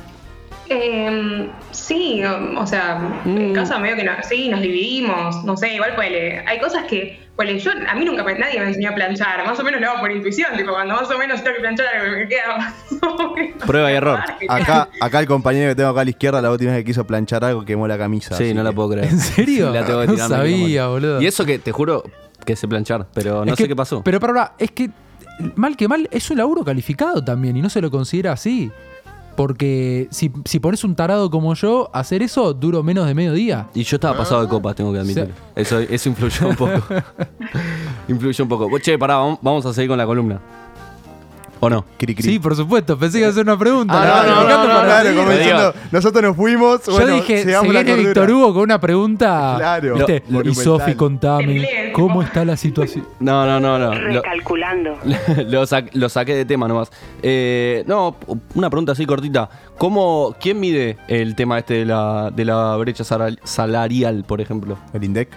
Sí, o sea, en casa medio que sí, nos dividimos, no sé, igual hay cosas que, a mí nunca nadie me enseñó a planchar, más o menos lo hago por intuición, tipo, cuando más o menos tengo que planchar algo me queda más o menos. Prueba y error. Acá el compañero que tengo acá a la izquierda, la última vez que quiso planchar algo, quemó la camisa. Sí, así no la que- puedo creer. ¿En serio? La tengo que No tirar, sabía, boludo. Y eso que te juro que sé planchar, pero no Es sé que- qué pasó. Pero para, es que mal que mal es un laburo calificado también y no se lo considera así. Porque si pones un tarado como yo, hacer eso duro menos de medio día. Y yo estaba pasado de copas, tengo que admitirlo. Eso influyó un poco. Influyó un poco. Che, pará, vamos a seguir con la columna. ¿O no? Sí, por supuesto, pensé que iba a hacer una pregunta. Ah, La no, estaba no, buscando no, para- claro, como diciendo, nosotros nos fuimos. Yo bueno, dije, se sigamos la viene cordura. Víctor Hugo con una pregunta. Claro. ¿Viste? Y Monumental. Sofi, contame, ¿cómo está la situación? No. Recalculando. Lo saqué de tema nomás. No, una pregunta así cortita. ¿Quién mide el tema este de la brecha salarial, por ejemplo? ¿El INDEC?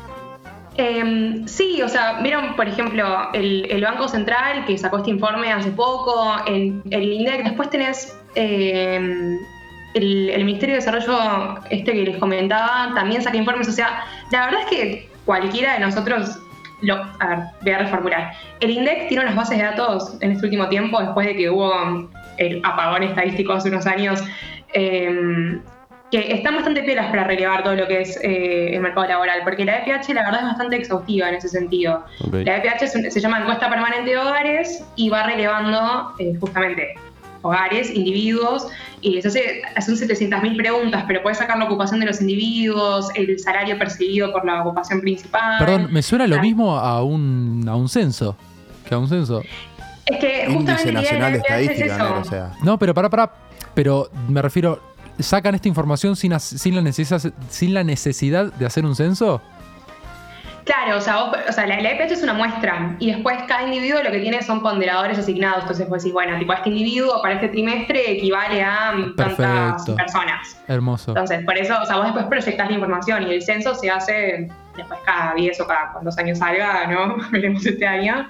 Sí, o sea, vieron, por ejemplo, el Banco Central que sacó este informe hace poco, el INDEC, después tenés el Ministerio de Desarrollo que les comentaba, también saca informes, o sea, la verdad es que cualquiera de nosotros, a ver, voy a reformular, el INDEC tiene unas bases de datos en este último tiempo, después de que hubo el apagón estadístico hace unos años, que están bastante piolas para relevar todo lo que es el mercado laboral, porque la EPH la verdad es bastante exhaustiva en ese sentido. Ok. La EPH se llama Encuesta Permanente de Hogares y va relevando justamente hogares, individuos, y les son 700.000 preguntas, pero puedes sacar la ocupación de los individuos, el salario percibido por la ocupación principal. Perdón, me suena lo mismo a un censo. Que a un censo. Es que justamente Índice Nacional de la EPH es Estadística, eso. ¿no? O sea. No, pero pará. Pero me refiero, ¿sacan esta información sin la necesidad de hacer un censo? Claro, o sea, la EPH es una muestra y después cada individuo lo que tiene son ponderadores asignados. Entonces vos decís, bueno, tipo este individuo para este trimestre equivale a tantas Perfecto. personas. Hermoso. Entonces, por eso, o sea, vos después proyectás la información y el censo se hace después cada 10 o cada 2 años salga, ¿no? Veremos este año.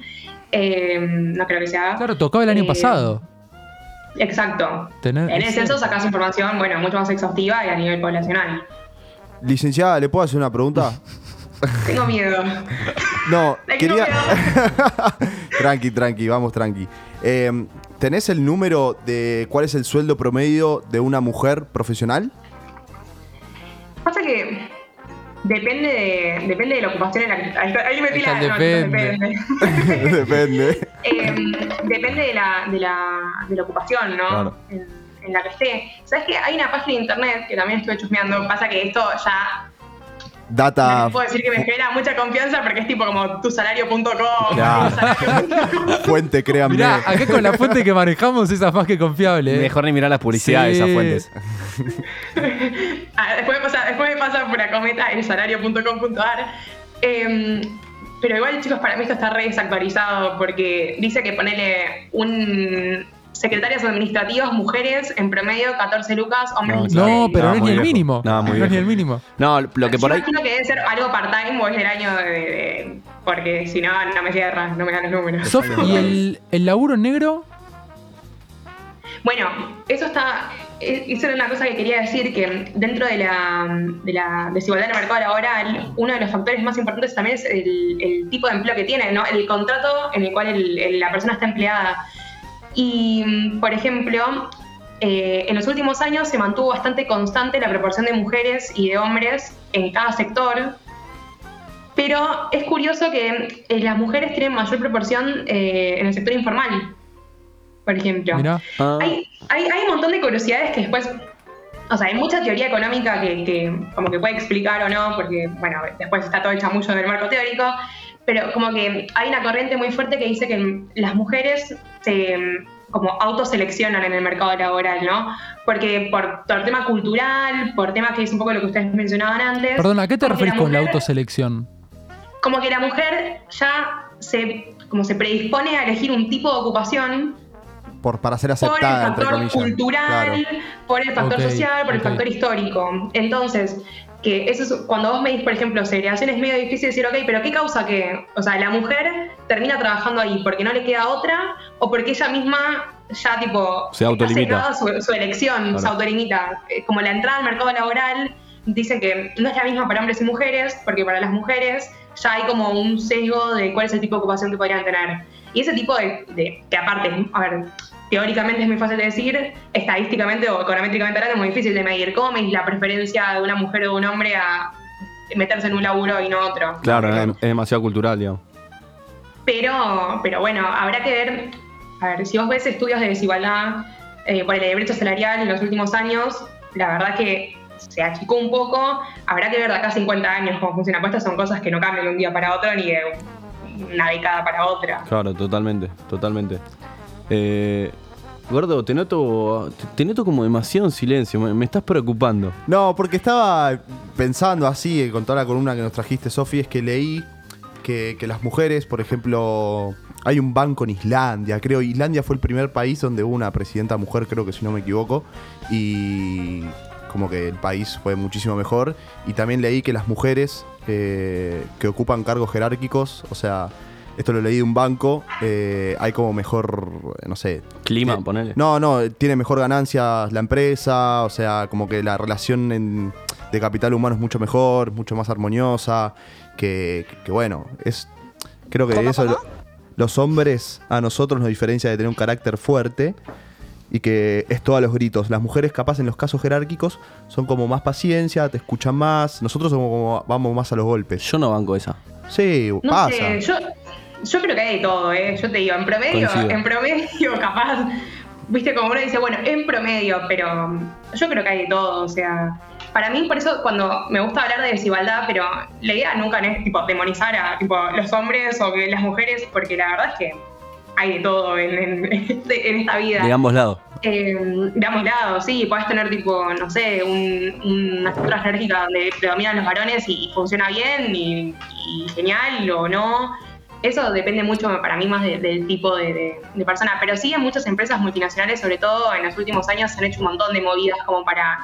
No creo que se haga. Claro, tocaba el año pasado. Exacto. Tener- En el es censo cierto. sacás información, bueno, mucho más exhaustiva y a nivel poblacional. Licenciada, ¿le puedo hacer una pregunta? Tengo miedo. No, Ay, quería. no, tranqui, vamos tranqui. ¿Tenés el número de cuál es el sueldo promedio de una mujer profesional? Pasa que depende de la ocupación en la que... Ahí metí Está la... el no, depende. Depende. Depende de la ocupación, ¿no? Claro. En la que esté. ¿Sabes que hay una página de internet que también estuve chusmeando? Pasa que esto ya... Data. No puedo decir que me genera mucha confianza porque es tipo como tusalario.com. Claro. Fuente, créanme. Mirá, acá con la fuente que manejamos esa es más que confiable. Mejor ni mirar las publicidades de Sí. esas fuentes. Después me pasa por Acometa el salario.com.ar. Pero igual, chicos, para mí esto está re desactualizado porque dice que ponele secretarias administrativas, mujeres, en promedio 14 lucas, hombres 16. No, pero no es muy ni el viejo. mínimo. No, muy No es ni viejo. el mínimo. No, lo que Yo por ahí... imagino que debe ser algo part-time o es del año de porque si no, no me cierra, no me dan los números. Sof, ¿y el laburo negro? Bueno, eso era una cosa que quería decir, que dentro de la desigualdad en el mercado laboral, uno de los factores más importantes también es el tipo de empleo que tiene, ¿no? El contrato en el cual la persona está empleada. Y, por ejemplo, en los últimos años se mantuvo bastante constante la proporción de mujeres y de hombres en cada sector, pero es curioso que las mujeres tienen mayor proporción en el sector informal, por ejemplo. Mirá. Hay un montón de curiosidades que después, o sea, hay mucha teoría económica que como que puede explicar o no, porque, bueno, después está todo el chamullo del marco teórico, pero como que hay una corriente muy fuerte que dice que las mujeres como autoseleccionan en el mercado laboral, ¿no? Porque por tema cultural, por temas que es un poco lo que ustedes mencionaban antes. Perdón, ¿a qué te como que referís con la mujer- autoselección? Como que la mujer ya se predispone a elegir un tipo de ocupación Para ser por el aceptada, entre factor comillas. cultural, Claro. por el factor Ok, social, por el ok. factor histórico. Entonces, que eso es, cuando vos medís, por ejemplo, segregación, es medio difícil decir, ok, pero ¿qué causa que, o sea, la mujer termina trabajando ahí porque no le queda otra o porque ella misma ya tipo Se autolimita. está cegada su elección, Claro. se autolimita? Como la entrada al mercado laboral dicen que no es la misma para hombres y mujeres, porque para las mujeres ya hay como un sesgo de cuál es el tipo de ocupación que podrían tener. Y ese tipo de que aparte, a ver, teóricamente es muy fácil de decir, estadísticamente o econométricamente hablando es muy difícil de medir. ¿Cómo medís la preferencia de una mujer o de un hombre a meterse en un laburo y no otro? Claro, es demasiado cultural, digamos. Pero bueno, habrá que ver, a ver, si vos ves estudios de desigualdad por el brecha salarial en los últimos años, la verdad que se achicó un poco, habrá que ver de acá a 50 años cómo funciona, pues estas son cosas que no cambian de un día para otro ni de una década para otra. Claro, totalmente. Gordo, te noto como demasiado en silencio, me estás preocupando. No, porque estaba pensando así, con toda la columna que nos trajiste, Sofi, es que leí que las mujeres, por ejemplo, hay un banco en Islandia, creo. Islandia fue el primer país donde hubo una presidenta mujer, creo que si no me equivoco, y como que el país fue muchísimo mejor. Y también leí que las mujeres que ocupan cargos jerárquicos, o sea, esto lo leí de un banco, hay como mejor, no sé... Clima, ponele. No, tiene mejor ganancia la empresa, o sea, como que la relación de capital humano es mucho mejor, mucho más armoniosa, que bueno, creo que eso los hombres a nosotros nos diferencia de tener un carácter fuerte y que es todo a los gritos. Las mujeres capaz en los casos jerárquicos son como más paciencia, te escuchan más, nosotros somos como, vamos más a los golpes. Yo no banco esa. Sí, No pasa. sé, yo creo que hay de todo, yo te digo, Coincido. en promedio capaz, viste, como uno dice, bueno, en promedio, pero yo creo que hay de todo, o sea, para mí por eso cuando me gusta hablar de desigualdad, pero la idea nunca es tipo demonizar a tipo los hombres o que las mujeres, porque la verdad es que hay de todo en esta vida. De ambos lados. De ambos lados, sí, podés tener tipo, no sé, una estructura jerárquica donde predominan los varones y funciona bien y genial o no. Eso depende mucho para mí más del tipo de persona, pero sí en muchas empresas multinacionales, sobre todo en los últimos años, se han hecho un montón de movidas como para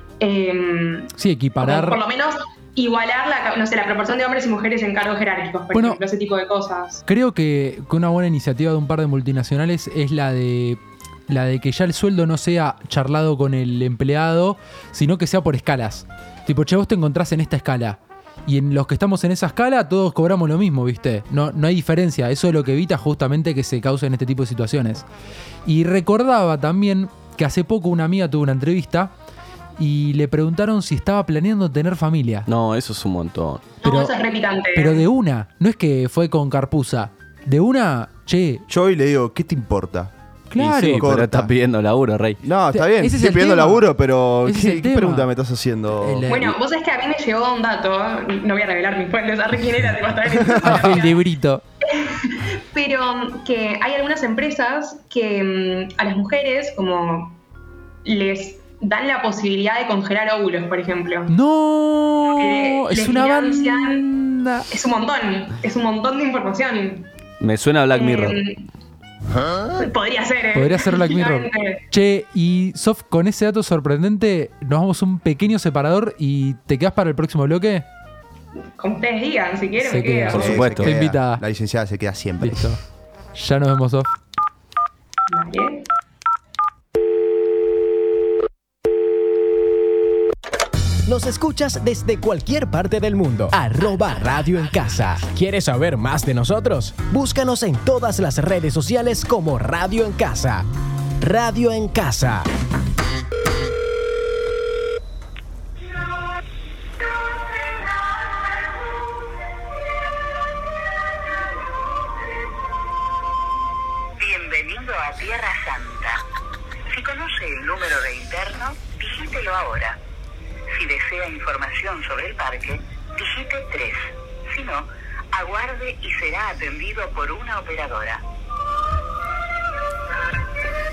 Sí, equiparar. por lo menos igualar la proporción de hombres y mujeres en cargos jerárquicos, por ejemplo, ese tipo de cosas. Creo que una buena iniciativa de un par de multinacionales es la de que ya el sueldo no sea charlado con el empleado, sino que sea por escalas. Tipo, che, vos te encontrás en esta escala. Y en los que estamos en esa escala, todos cobramos lo mismo, ¿viste? No hay diferencia. Eso es lo que evita justamente que se causen este tipo de situaciones. Y recordaba también que hace poco una amiga tuvo una entrevista y le preguntaron si estaba planeando tener familia. No, eso es un montón. No, eso es repitante. Pero de una, no es que fue con carpuza. De una, che. Yo hoy le digo, ¿qué te importa? Claro. Y sí, pero estás pidiendo laburo, Rey. No, está bien, Ese es estoy el pidiendo tema. laburo, pero Ese es el ¿qué tema. pregunta me estás haciendo? Bueno, vos sabés que a mí me llegó un dato, no voy a revelar mis fuentes, a quién era, te va a estar El librito. pero que hay algunas empresas que a las mujeres como les dan la posibilidad de congelar óvulos, por ejemplo. No, es Les una financian- banda. Es un montón de información. Me suena a Black Mirror. Podría ser, Podría ser Black Mirror. Efectivamente. Che, y Sof, con ese dato sorprendente, nos vamos a un pequeño separador y ¿te quedás para el próximo bloque? Como ustedes digan, si quieren, Se me queda. quedo. Por supuesto. Se queda. Está invitada. La licenciada se queda siempre. Listo. Ya nos vemos, Sof. Vale. Nos escuchas desde cualquier parte del mundo. @Radio en Casa. ¿Quieres saber más de nosotros? Búscanos en todas las redes sociales como Radio en Casa. Radio en Casa. Bienvenido a Tierra Santa. Si conoce el número de interno, digítelo ahora. Si desea información sobre el parque, digite 3. Si no, aguarde y será atendido por una operadora.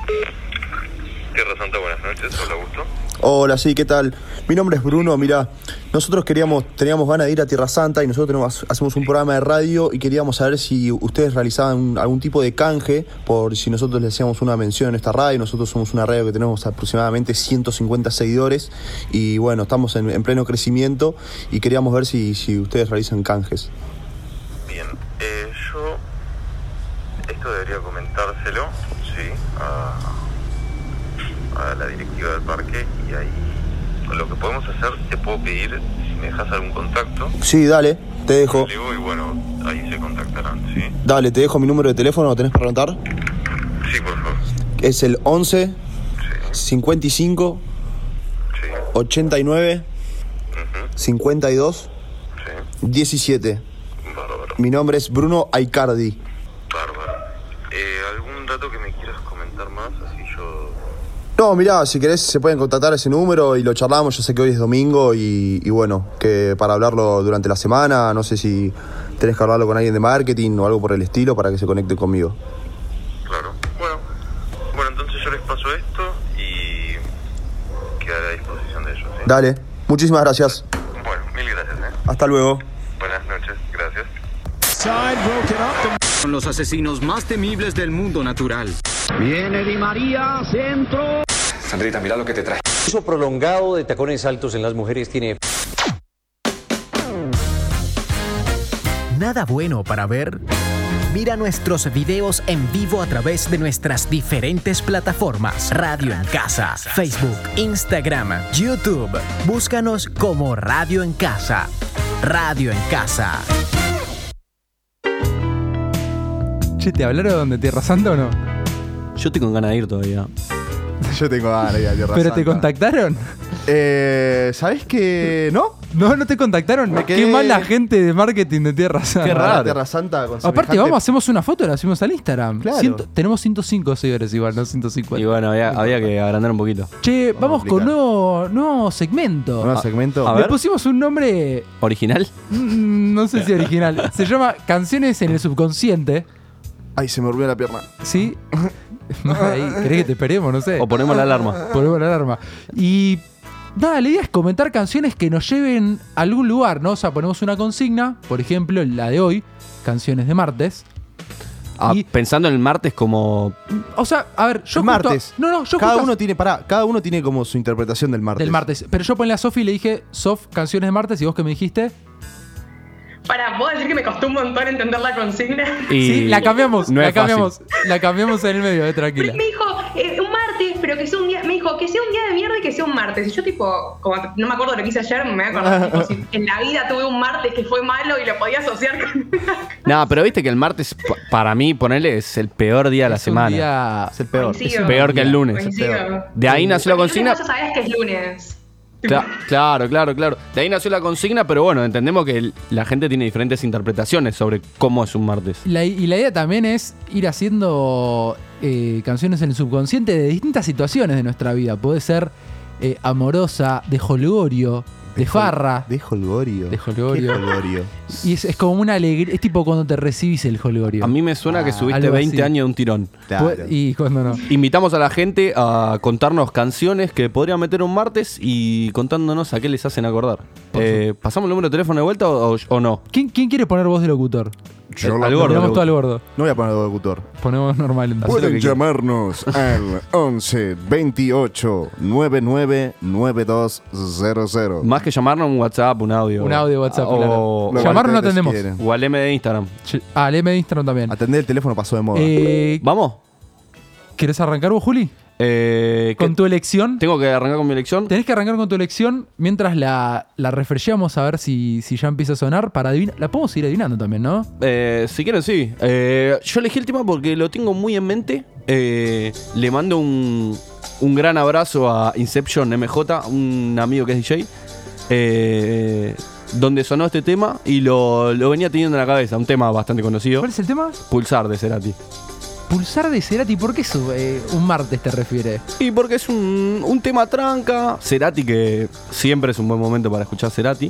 Tierra Santa, buenas noches, hola Augusto. Hola, sí, ¿qué tal? Mi nombre es Bruno, mirá, nosotros teníamos ganas de ir a Tierra Santa y nosotros hacemos un programa de radio y queríamos saber si ustedes realizaban algún tipo de canje por si nosotros les hacíamos una mención en esta radio. Nosotros somos una radio que tenemos aproximadamente 150 seguidores y bueno, estamos en pleno crecimiento y queríamos ver si ustedes realizan canjes. Bien, yo esto debería comentárselo, sí, a la directiva del parque y ahí lo que podemos hacer, te puedo pedir si me dejas algún contacto. Sí, dale, te dejo. Y bueno, ahí se contactarán, ¿sí? Dale, te dejo mi número de teléfono, ¿lo tenés para anotar? Sí, por favor. Es el 11 55 89 52 17. Bárbaro. Mi nombre es Bruno Aicardi. Bárbaro. ¿Algún dato que me quieras comentar más? Así yo... No, mirá, si querés se pueden contactar a ese número y lo charlamos. Yo sé que hoy es domingo y bueno, que para hablarlo durante la semana, no sé si tenés que hablarlo con alguien de marketing o algo por el estilo para que se conecte conmigo. Claro. Bueno, entonces yo les paso esto y quedaré a disposición de ellos, ¿sí? Dale, muchísimas gracias. Bueno, mil gracias, Hasta luego. Buenas noches, gracias. Son los asesinos más temibles del mundo natural. Viene Di María, centro. Sandrita, mira lo que te trae. El uso prolongado de tacones altos en las mujeres tiene... ¿Nada bueno para ver? Mira nuestros videos en vivo a través de nuestras diferentes plataformas. Radio en Casa, Facebook, Instagram, YouTube. Búscanos como Radio en Casa. Radio en Casa. Che, ¿te hablaron de Tierra Santa o no? Yo estoy con ganas de ir todavía. Yo tengo ganas de ir a Tierra ¿Pero Santa. te contactaron? ¿Sabés que no? No te contactaron. Qué mal la gente de marketing de Tierra Santa. Qué raro. Tierra Santa con Aparte, semejante- hacemos una foto y la subimos al Instagram. Claro. Tenemos 105 seguidores igual, no 150. Y bueno, había que agrandar un poquito. Che, vamos con nuevo segmento. Nuevo segmento. A Le ver. pusimos un nombre, ¿Original? no sé si original. Se llama Canciones en el Subconsciente. Ay, se me durmió la pierna. ¿Sí? Ahí, ¿querés que te esperemos? No sé. O ponemos la alarma. Ponemos la alarma. Y nada, la idea es comentar canciones que nos lleven a algún lugar, ¿no? O sea, ponemos una consigna, por ejemplo, la de hoy, canciones de martes. Pensando en el martes como... O sea, a ver, yo El justo- martes. yo cada justo- uno tiene como su interpretación del martes. del martes. Pero yo ponle a Sofi y le dije, Sof, canciones de martes, y vos que me dijiste... ¿Puedo decir que me costó un montón entender la consigna? Sí, la cambiamos, no la es fácil. cambiamos. La cambiamos en el medio, tranquila. Me dijo, un martes, pero que sea un día. Me dijo, que sea un día de mierda y que sea un martes. Y yo, tipo, como no me acuerdo de lo que hice ayer, me voy a acordar, tipo, si en la vida tuve un martes que fue malo y lo podía asociar con. No, pero viste que el martes, para mí, ponerle, es el peor día de la semana. Es el peor. Coincido. Es peor que el lunes. Coincido. De ahí nació la consigna. Vos ya sabés que es lunes. Claro. De ahí nació la consigna, pero bueno, entendemos que la gente tiene diferentes interpretaciones sobre cómo es un martes. Y la idea también es ir haciendo canciones en el subconsciente de distintas situaciones de nuestra vida. Puede ser amorosa, de jolgorio, de farra. De jolgorio. De jolgorio. ¿Qué jolgorio? Y es como una alegría. Es tipo cuando te recibís el jolgorio. A mí me suena que subiste algo 20 así. años de un tirón. Claro. Y cuando no. Invitamos a la gente a contarnos canciones que podrían meter un martes y contándonos a qué les hacen acordar. ¿Pasamos el número de teléfono de vuelta o no? ¿Quién quiere poner voz de locutor? Al gordo. Ponemos todo al gordo. No voy a poner locutor. Ponemos normal entonces. Pueden llamarnos al 11 28 99 9200. Más que llamarnos, un WhatsApp, un audio. Un audio WhatsApp, o claro. Llamarnos no atendemos. O al M de Instagram. Al M de Instagram también. Atender el teléfono pasó de moda. ¿Vamos? ¿Querés arrancar vos, Juli? ¿Con tu elección? ¿Tengo que arrancar con mi elección? Tenés que arrancar con tu elección mientras la refresheamos a ver si ya empieza a sonar para adivinar. La podemos ir adivinando también, ¿no? Si quieren, sí. Yo elegí el tema porque lo tengo muy en mente. Le mando un gran abrazo a Inception MJ, un amigo que es DJ. Donde sonó este tema y lo venía teniendo en la cabeza. Un tema bastante conocido. ¿Cuál es el tema? Pulsar de Cerati. Pulsar de Cerati, ¿por qué eso un martes te refiere? Y porque es un tema tranca. Cerati, que siempre es un buen momento para escuchar Cerati.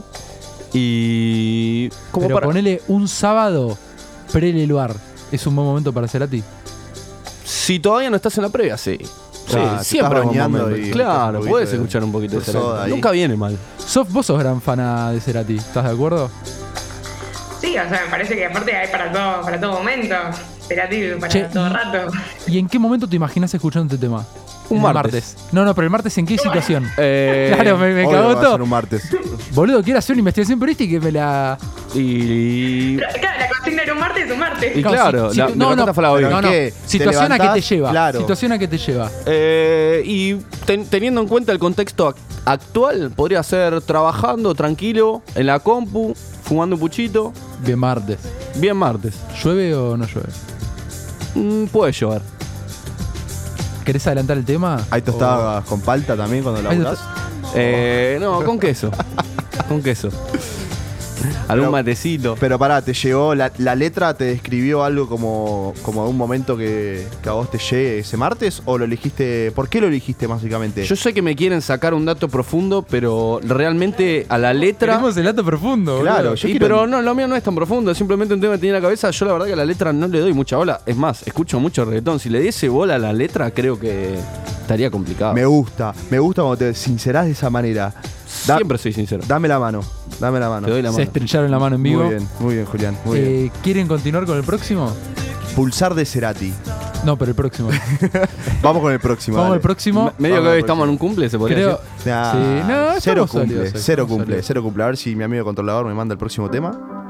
Y... Pero ponele un sábado pre-Leluar. ¿Es un buen momento para Cerati? Si todavía no estás en la previa, sí. Claro, te Sí, siempre estás es un bañando momento. y escuchas Claro, un poquito puedes de- escuchar un poquito de de soda Cerati. ahí. Nunca viene mal. Sof, vos sos gran fana de Cerati, ¿estás de acuerdo? Sí, o sea, me parece que aparte hay para todo momento. Operativo, para Che, todo rato. ¿Y en qué momento te imaginas escuchando este tema? Un El martes. No, pero el martes ¿en qué situación? Eh, Claro, me Obvio cagó va a todo. ser un martes. Boludo, quiero hacer una investigación periodística y me la... Y. Pero, claro, la consigna era un martes es un martes. Y claro, si- la, no, la no, respuesta fue la obvia. pero No, no. ¿qué? Situación ¿Te a que te levantás? lleva. Claro. Situación a que te lleva. Y teniendo en cuenta el contexto actual, podría ser trabajando tranquilo en la compu, fumando un puchito. Bien martes. Bien martes. ¿Llueve o no llueve? Puede llover. ¿Querés adelantar el tema? ¿Hay tostadas con palta también cuando Hay laburás? No, con queso. Con queso. Algún matecito. Pero pará, ¿te llegó la letra? ¿Te describió algo como un momento que a vos te llegue ese martes? ¿O lo elegiste? ¿Por qué lo elegiste básicamente? Yo sé que me quieren sacar un dato profundo, pero realmente a la letra. Tenemos el dato profundo, Claro, boludo. yo Y quiero- pero no, lo mío no es tan profundo, es simplemente un tema que tenía en la cabeza. Yo la verdad que a la letra no le doy mucha bola. Es más, escucho mucho reggaetón. Si le diese bola a la letra, creo que estaría complicado. Me gusta cuando te sincerás de esa manera. Siempre soy sincero. Dame la mano, dame la mano. Te doy la Se mano. estrellaron la mano en vivo. Muy bien, Julián, muy bien. ¿Quieren continuar con el próximo? Pulsar de Cerati. No, pero el próximo. Vamos con el próximo. Vamos dale. al próximo. Medio que Vamos hoy al estamos en un cumple, se podría Creo. decir. Nah, Sí, no, cero estamos cumple, sólidos hoy, cero estamos cumple, sólidos. cero cumple. A ver si mi amigo controlador me manda el próximo tema.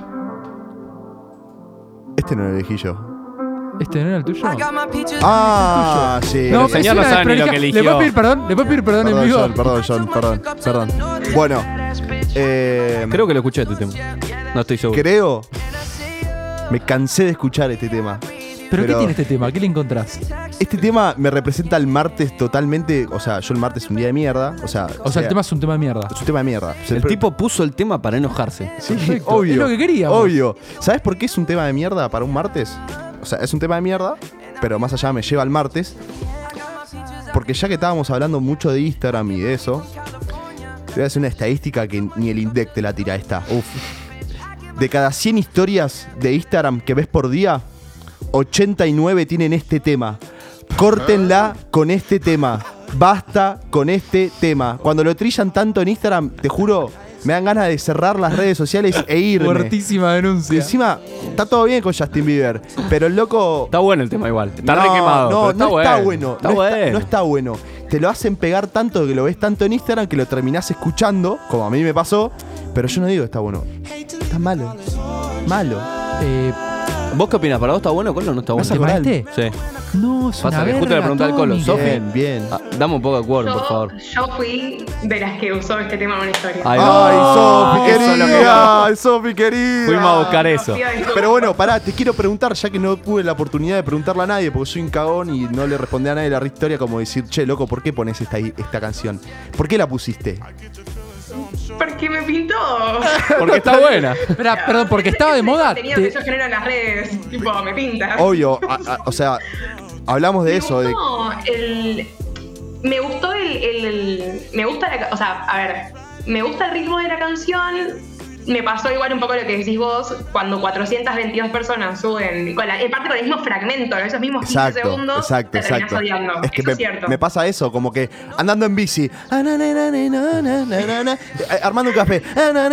Este no lo elegí yo. ¿Este no era el tuyo? Ah, sí. No, el señor no es una sabe ni lo que desprolijada. eligió. ¿Le puedo pedir perdón? ¿Le puedo pedir perdón en vivo? Perdón. Bueno, Creo que lo escuché este tema. No estoy seguro. creo. Me cansé de escuchar este tema. ¿Pero qué tiene este tema? ¿Qué le encontrás? Este tema me representa el martes totalmente. O sea, yo el martes es un día de mierda. O sea, El tema es un tema de mierda. es un tema de mierda. O sea, El tipo puso el tema para enojarse. Sí, Perfecto. obvio. Es lo que queríamos. Obvio. ¿Sabes por qué es un tema de mierda para un martes? O sea, es un tema de mierda, pero más allá me lleva al martes. Porque ya que estábamos hablando mucho de Instagram y de eso, te voy a hacer una estadística que ni el INDEC te la tira esta. De cada 100 historias de Instagram que ves por día, 89 tienen este tema. Córtenla con este tema. Basta con este tema. Cuando lo trillan tanto en Instagram, te juro, me dan ganas de cerrar las redes sociales e irme. Fuertísima denuncia. Encima, está todo bien con Justin Bieber, pero el loco... Está bueno el tema igual. Está no, re quemado. No, pero está no bueno. está bueno. Está no, bueno. no está bueno. Te lo hacen pegar tanto que lo ves tanto en Instagram que lo terminás escuchando, como a mí me pasó, pero yo no digo que está bueno. Está malo. Malo. ¿Vos qué opinás? ¿Para vos está bueno, Colo, o no está bueno? ¿Vas a coral? este? Sí. No, es una Pasa que justo le verga, pregunté al Colo. Tommy. Sofi, Bien. dame un poco de quórum, por favor. Yo fui de las que usó este tema en una historia. Ay, ¡Ay, Sofi, eso es lo que querida! ¡Ay, Sofi, querida! Fuimos a buscar eso. Pero bueno, pará, te quiero preguntar, ya que no tuve la oportunidad de preguntarle a nadie, porque soy un cagón y no le respondí a nadie la historia, como decir, che, loco, ¿por qué pones esta canción? ¿Por qué la pusiste? Porque me pintó. Porque está buena. Espera, perdón, porque estaba de moda. Contenido que yo genero en las redes, tipo, me pinta. Obvio, o sea, hablamos de eso, de... No, me gustó me gusta o sea, a ver, me gusta el ritmo de la canción. Me pasó igual un poco lo que decís vos, cuando 422 personas suben, parte con el mismo fragmento, esos mismos 15 segundos, te terminás odiando. Es que Eso es cierto. me pasa eso, como que andando en bici, armando un café,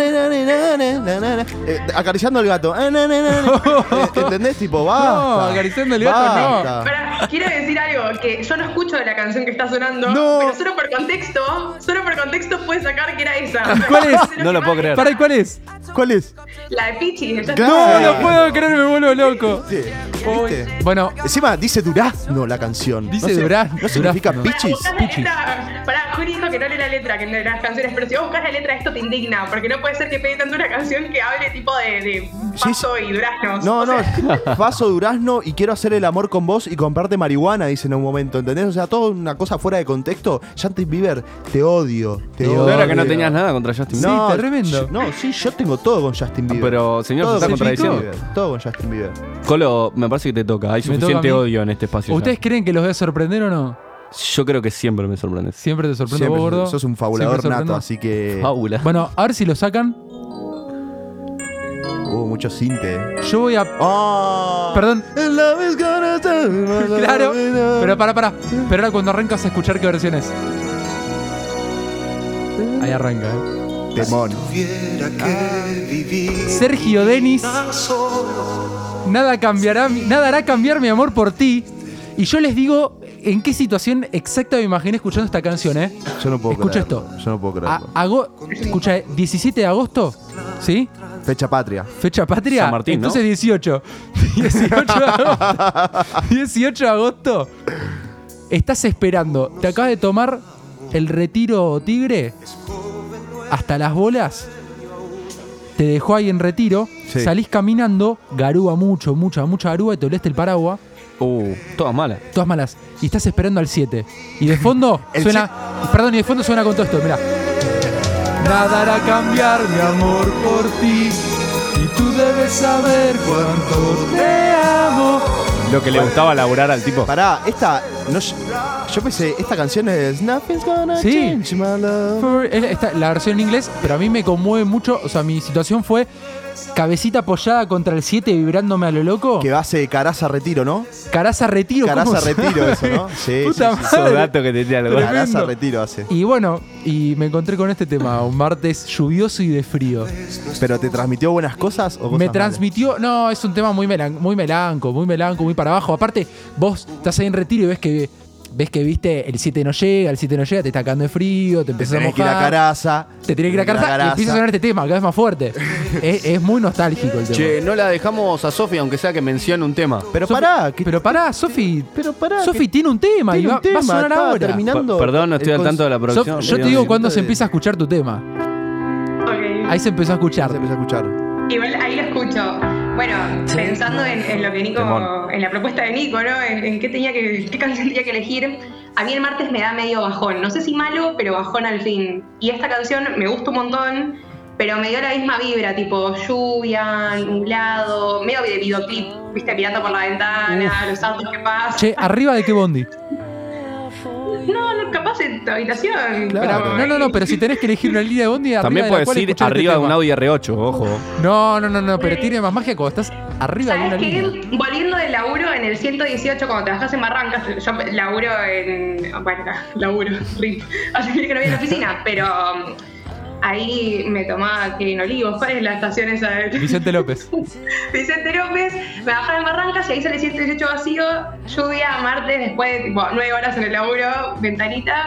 acariciando al gato, ¿entendés? Tipo, basta. No, acariciando al gato, no. basta. Pero quiero decir algo, que yo no escucho de la canción que está sonando, pero solo por contexto pude sacar que era esa. ¿Cuál es? No lo puedo creer. ¿Para y cuál es? ¿Cuál es? La de Pichi. No lo puedo creer, me vuelvo loco. Sí, ¿viste? Bueno, Encima dice durazno la canción. Dice no durazno. ¿No significa Durazno. pichis? Pará, Juli dijo que no lee la letra, que no lee las canciones, pero si vos buscas la letra esto te indigna, porque no puede ser que pegue tanto una canción que hable tipo de paso y duraznos. No, O sea, paso durazno y quiero hacer el amor con vos y comprarte marihuana, dice en un momento, ¿entendés? O sea, toda una cosa fuera de contexto. Justin Bieber, te odio. ¿No era que no tenías nada contra Justin Bieber? No, sí, tremendo. No, sí, yo tengo todo con Justin Bieber. Pero, señor, todo se está con Justin contradiciendo. Bieber, todo con Justin Bieber. Colo, me parece que te toca. Hay Me suficiente toca a mí. odio en este espacio. ¿ustedes creen que los voy a sorprender o no? Yo creo que siempre me sorprende. Siempre te sorprendo Siempre vos, gordo. sos un fabulador Siempre nato, sorprendo. así que... Fábula. Bueno, a ver si lo sacan. Mucho cinte. Yo voy a. Oh. Perdón. Love is gonna turn Claro, pero para. Pero ahora cuando arrancas a escuchar qué versión es. Ahí arranca, Temón. Sergio Denis. Nada hará cambiar mi amor por ti. Y yo les digo en qué situación exacta me imaginé escuchando esta canción, Yo no puedo Escucha creerlo. esto. Yo no puedo creerlo. Escucha, 17 de agosto, ¿sí? Fecha patria. Fecha patria. San Martín, ¿no? Entonces 18. 18 de agosto. Estás esperando. Te acabas de tomar el retiro Tigre hasta las bolas. Te dejó ahí en retiro. Sí. Salís caminando. Garúa mucha garúa y te oleste el paraguas. Todas malas. Todas malas. Y estás esperando al 7. Y de fondo suena. Perdón, y de fondo suena con todo esto. Mirá. Nada hará cambiar mi amor por ti. Y tú debes saber cuánto te amo. Lo que le gustaba laburar al tipo. Pará, esta. No, yo pensé, esta canción es Nothing's Gonna Sí. Change My Love. La versión en inglés, pero a mí me conmueve mucho. O sea, mi situación fue cabecita apoyada contra el 7 vibrándome a lo loco. Que hace Caraza Retiro, ¿no? Caraza Retiro. ¿cómo Caraza se Retiro, llama? eso, ¿no? Sí, Puta sí, madre. Esos datos que te algo. Caraza Retiro hace. Y bueno, y me encontré con este tema, un martes lluvioso y de frío. ¿Pero te transmitió buenas cosas o cosas Me malas? transmitió, no, es un tema muy melanco, muy para abajo. Aparte, vos estás ahí en retiro y ves que viste, el 7 no llega, te está cagando de frío, te empezás a Tenés que ir a mojar. Caraza. Te tenés que ir a Caraza y empieza a sonar este tema, cada vez más fuerte. es muy nostálgico el tema. Che, no la dejamos a Sofi, aunque sea que mencione un tema. Pero pará, Sofi tiene un tema tiene y va un tema, a sonar estaba ahora. terminando. Perdón, no estoy al tanto de la producción. Yo te digo cuándo se empieza a escuchar tu tema. Ok. Ahí se empezó a escuchar. Igual ahí lo escucho. Bueno, pensando en lo que Nico, en la propuesta de Nico, ¿no? En qué canción tenía que elegir. A mí el martes me da medio bajón. No sé si malo, pero bajón al fin. Y esta canción me gusta un montón, pero me dio la misma vibra, tipo lluvia, nublado, medio de videoclip, viste, mirando por la ventana, los autos que pasan. Che, ¿arriba de qué bondi? No, capaz en tu habitación. Claro. No, pero si tenés que elegir una línea de bondi, También arriba de la puedes cual ir escuchar arriba este de un tema. Audi R8, ojo. No, pero tiene más magia cuando estás arriba de una ¿Sabes línea. qué? Volviendo del laburo en el 118, cuando trabajás en Barrancas, yo laburo RIP. Hace mil que no voy a la oficina, pero ahí me tomaba que en Olivos, ¿cuál es la estación esa? Vicente López. Vicente López, me bajaba en Barrancas y ahí sale 118 vacío, lluvia, martes, después de tipo 9 horas en el laburo, ventanita,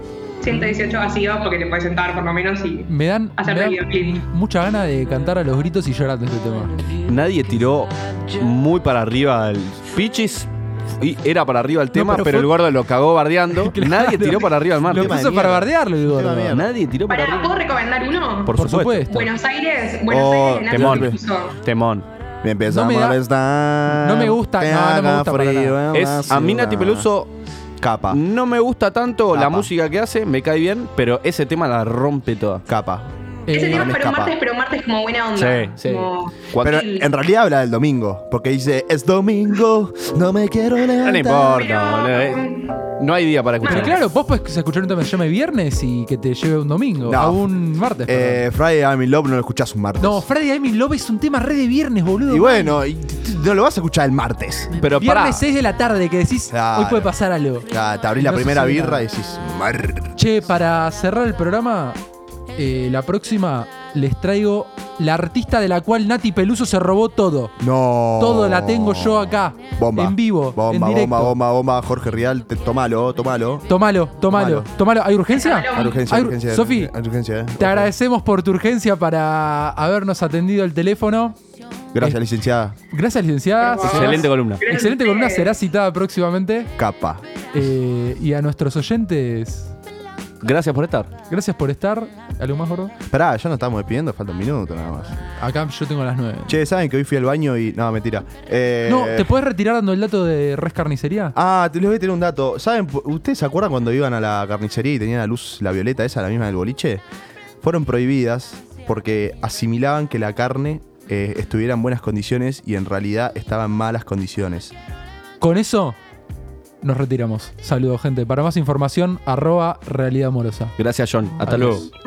118 vacío, porque te puedes sentar por lo menos y Me dan hacer el videoclip. mucha ganas de cantar a los gritos y llorar de este tema. Nadie tiró muy para arriba el Pichis. Y era para arriba el tema, pero pero fue- el gordo lo cagó bardeando. Claro. Nadie tiró para arriba el martes. Lo puso para bardearlo el gordo. Nadie tiró para Pará, ¿puedo arriba. recomendar uno? Por supuesto. Buenos Aires, Temón. Nati Peluso. Temón. Me empieza No me a da- molestar. no me gusta, que no me haga gusta para frío nada. en la A mí Nati ciudad. Peluso Capa. no me gusta tanto la Capa. música que hace, me cae bien, pero ese tema la rompe toda. Capa. Ese tema es Escapa. pero un martes como buena onda. Sí. Como- Pero en realidad habla del domingo. Porque dice, es domingo, no me quiero levantar. No importa, boludo. No hay día para Pero escuchar. claro, vos podés escuchar un tema que se llame viernes y que te lleve un domingo. No. A un martes. perdón. Friday I'm in Love no lo escuchás un martes. No, Friday I'm in Love es un tema re de viernes, boludo. Y bueno, no lo vas a escuchar el martes. Pero Viernes pará. 6 de la tarde que decís, Claro. hoy puede pasar algo. Ya, te abrís la No primera sucede birra nada. y decís, "Mar". Che, para cerrar el programa, la próxima les traigo la artista de la cual Nati Peluso se robó todo. No. Todo la tengo yo acá. Bomba. En vivo. Bomba, en directo. bomba. Jorge Rial, tomalo. Tomalo. ¿Hay urgencia? Hay urgencia, Hay- urgencia. Sofi, Hay urgencia, te agradecemos por tu urgencia para habernos atendido el teléfono. Gracias, licenciada. Gracias, licenciada. Excelente columna. Excelente columna, será citada próximamente. Capa. Y a nuestros oyentes, Gracias por estar. gracias por estar. ¿Algo más, gordo? Pará, ya nos estamos despidiendo, falta un minuto nada más. Acá yo tengo las 9. Che, ¿saben que hoy fui al baño y. No, mentira. No, ¿te puedes retirar dando el dato de Res Carnicería? Ah, les voy a tener un dato. ¿Saben? ¿Ustedes se acuerdan cuando iban a la carnicería y tenían la luz, la violeta esa, la misma del boliche? Fueron prohibidas porque asimilaban que la carne estuviera en buenas condiciones y en realidad estaba en malas condiciones. Con eso nos retiramos. Saludos, gente. Para más información, @realidad amorosa. Gracias, John. Hasta Adiós. luego.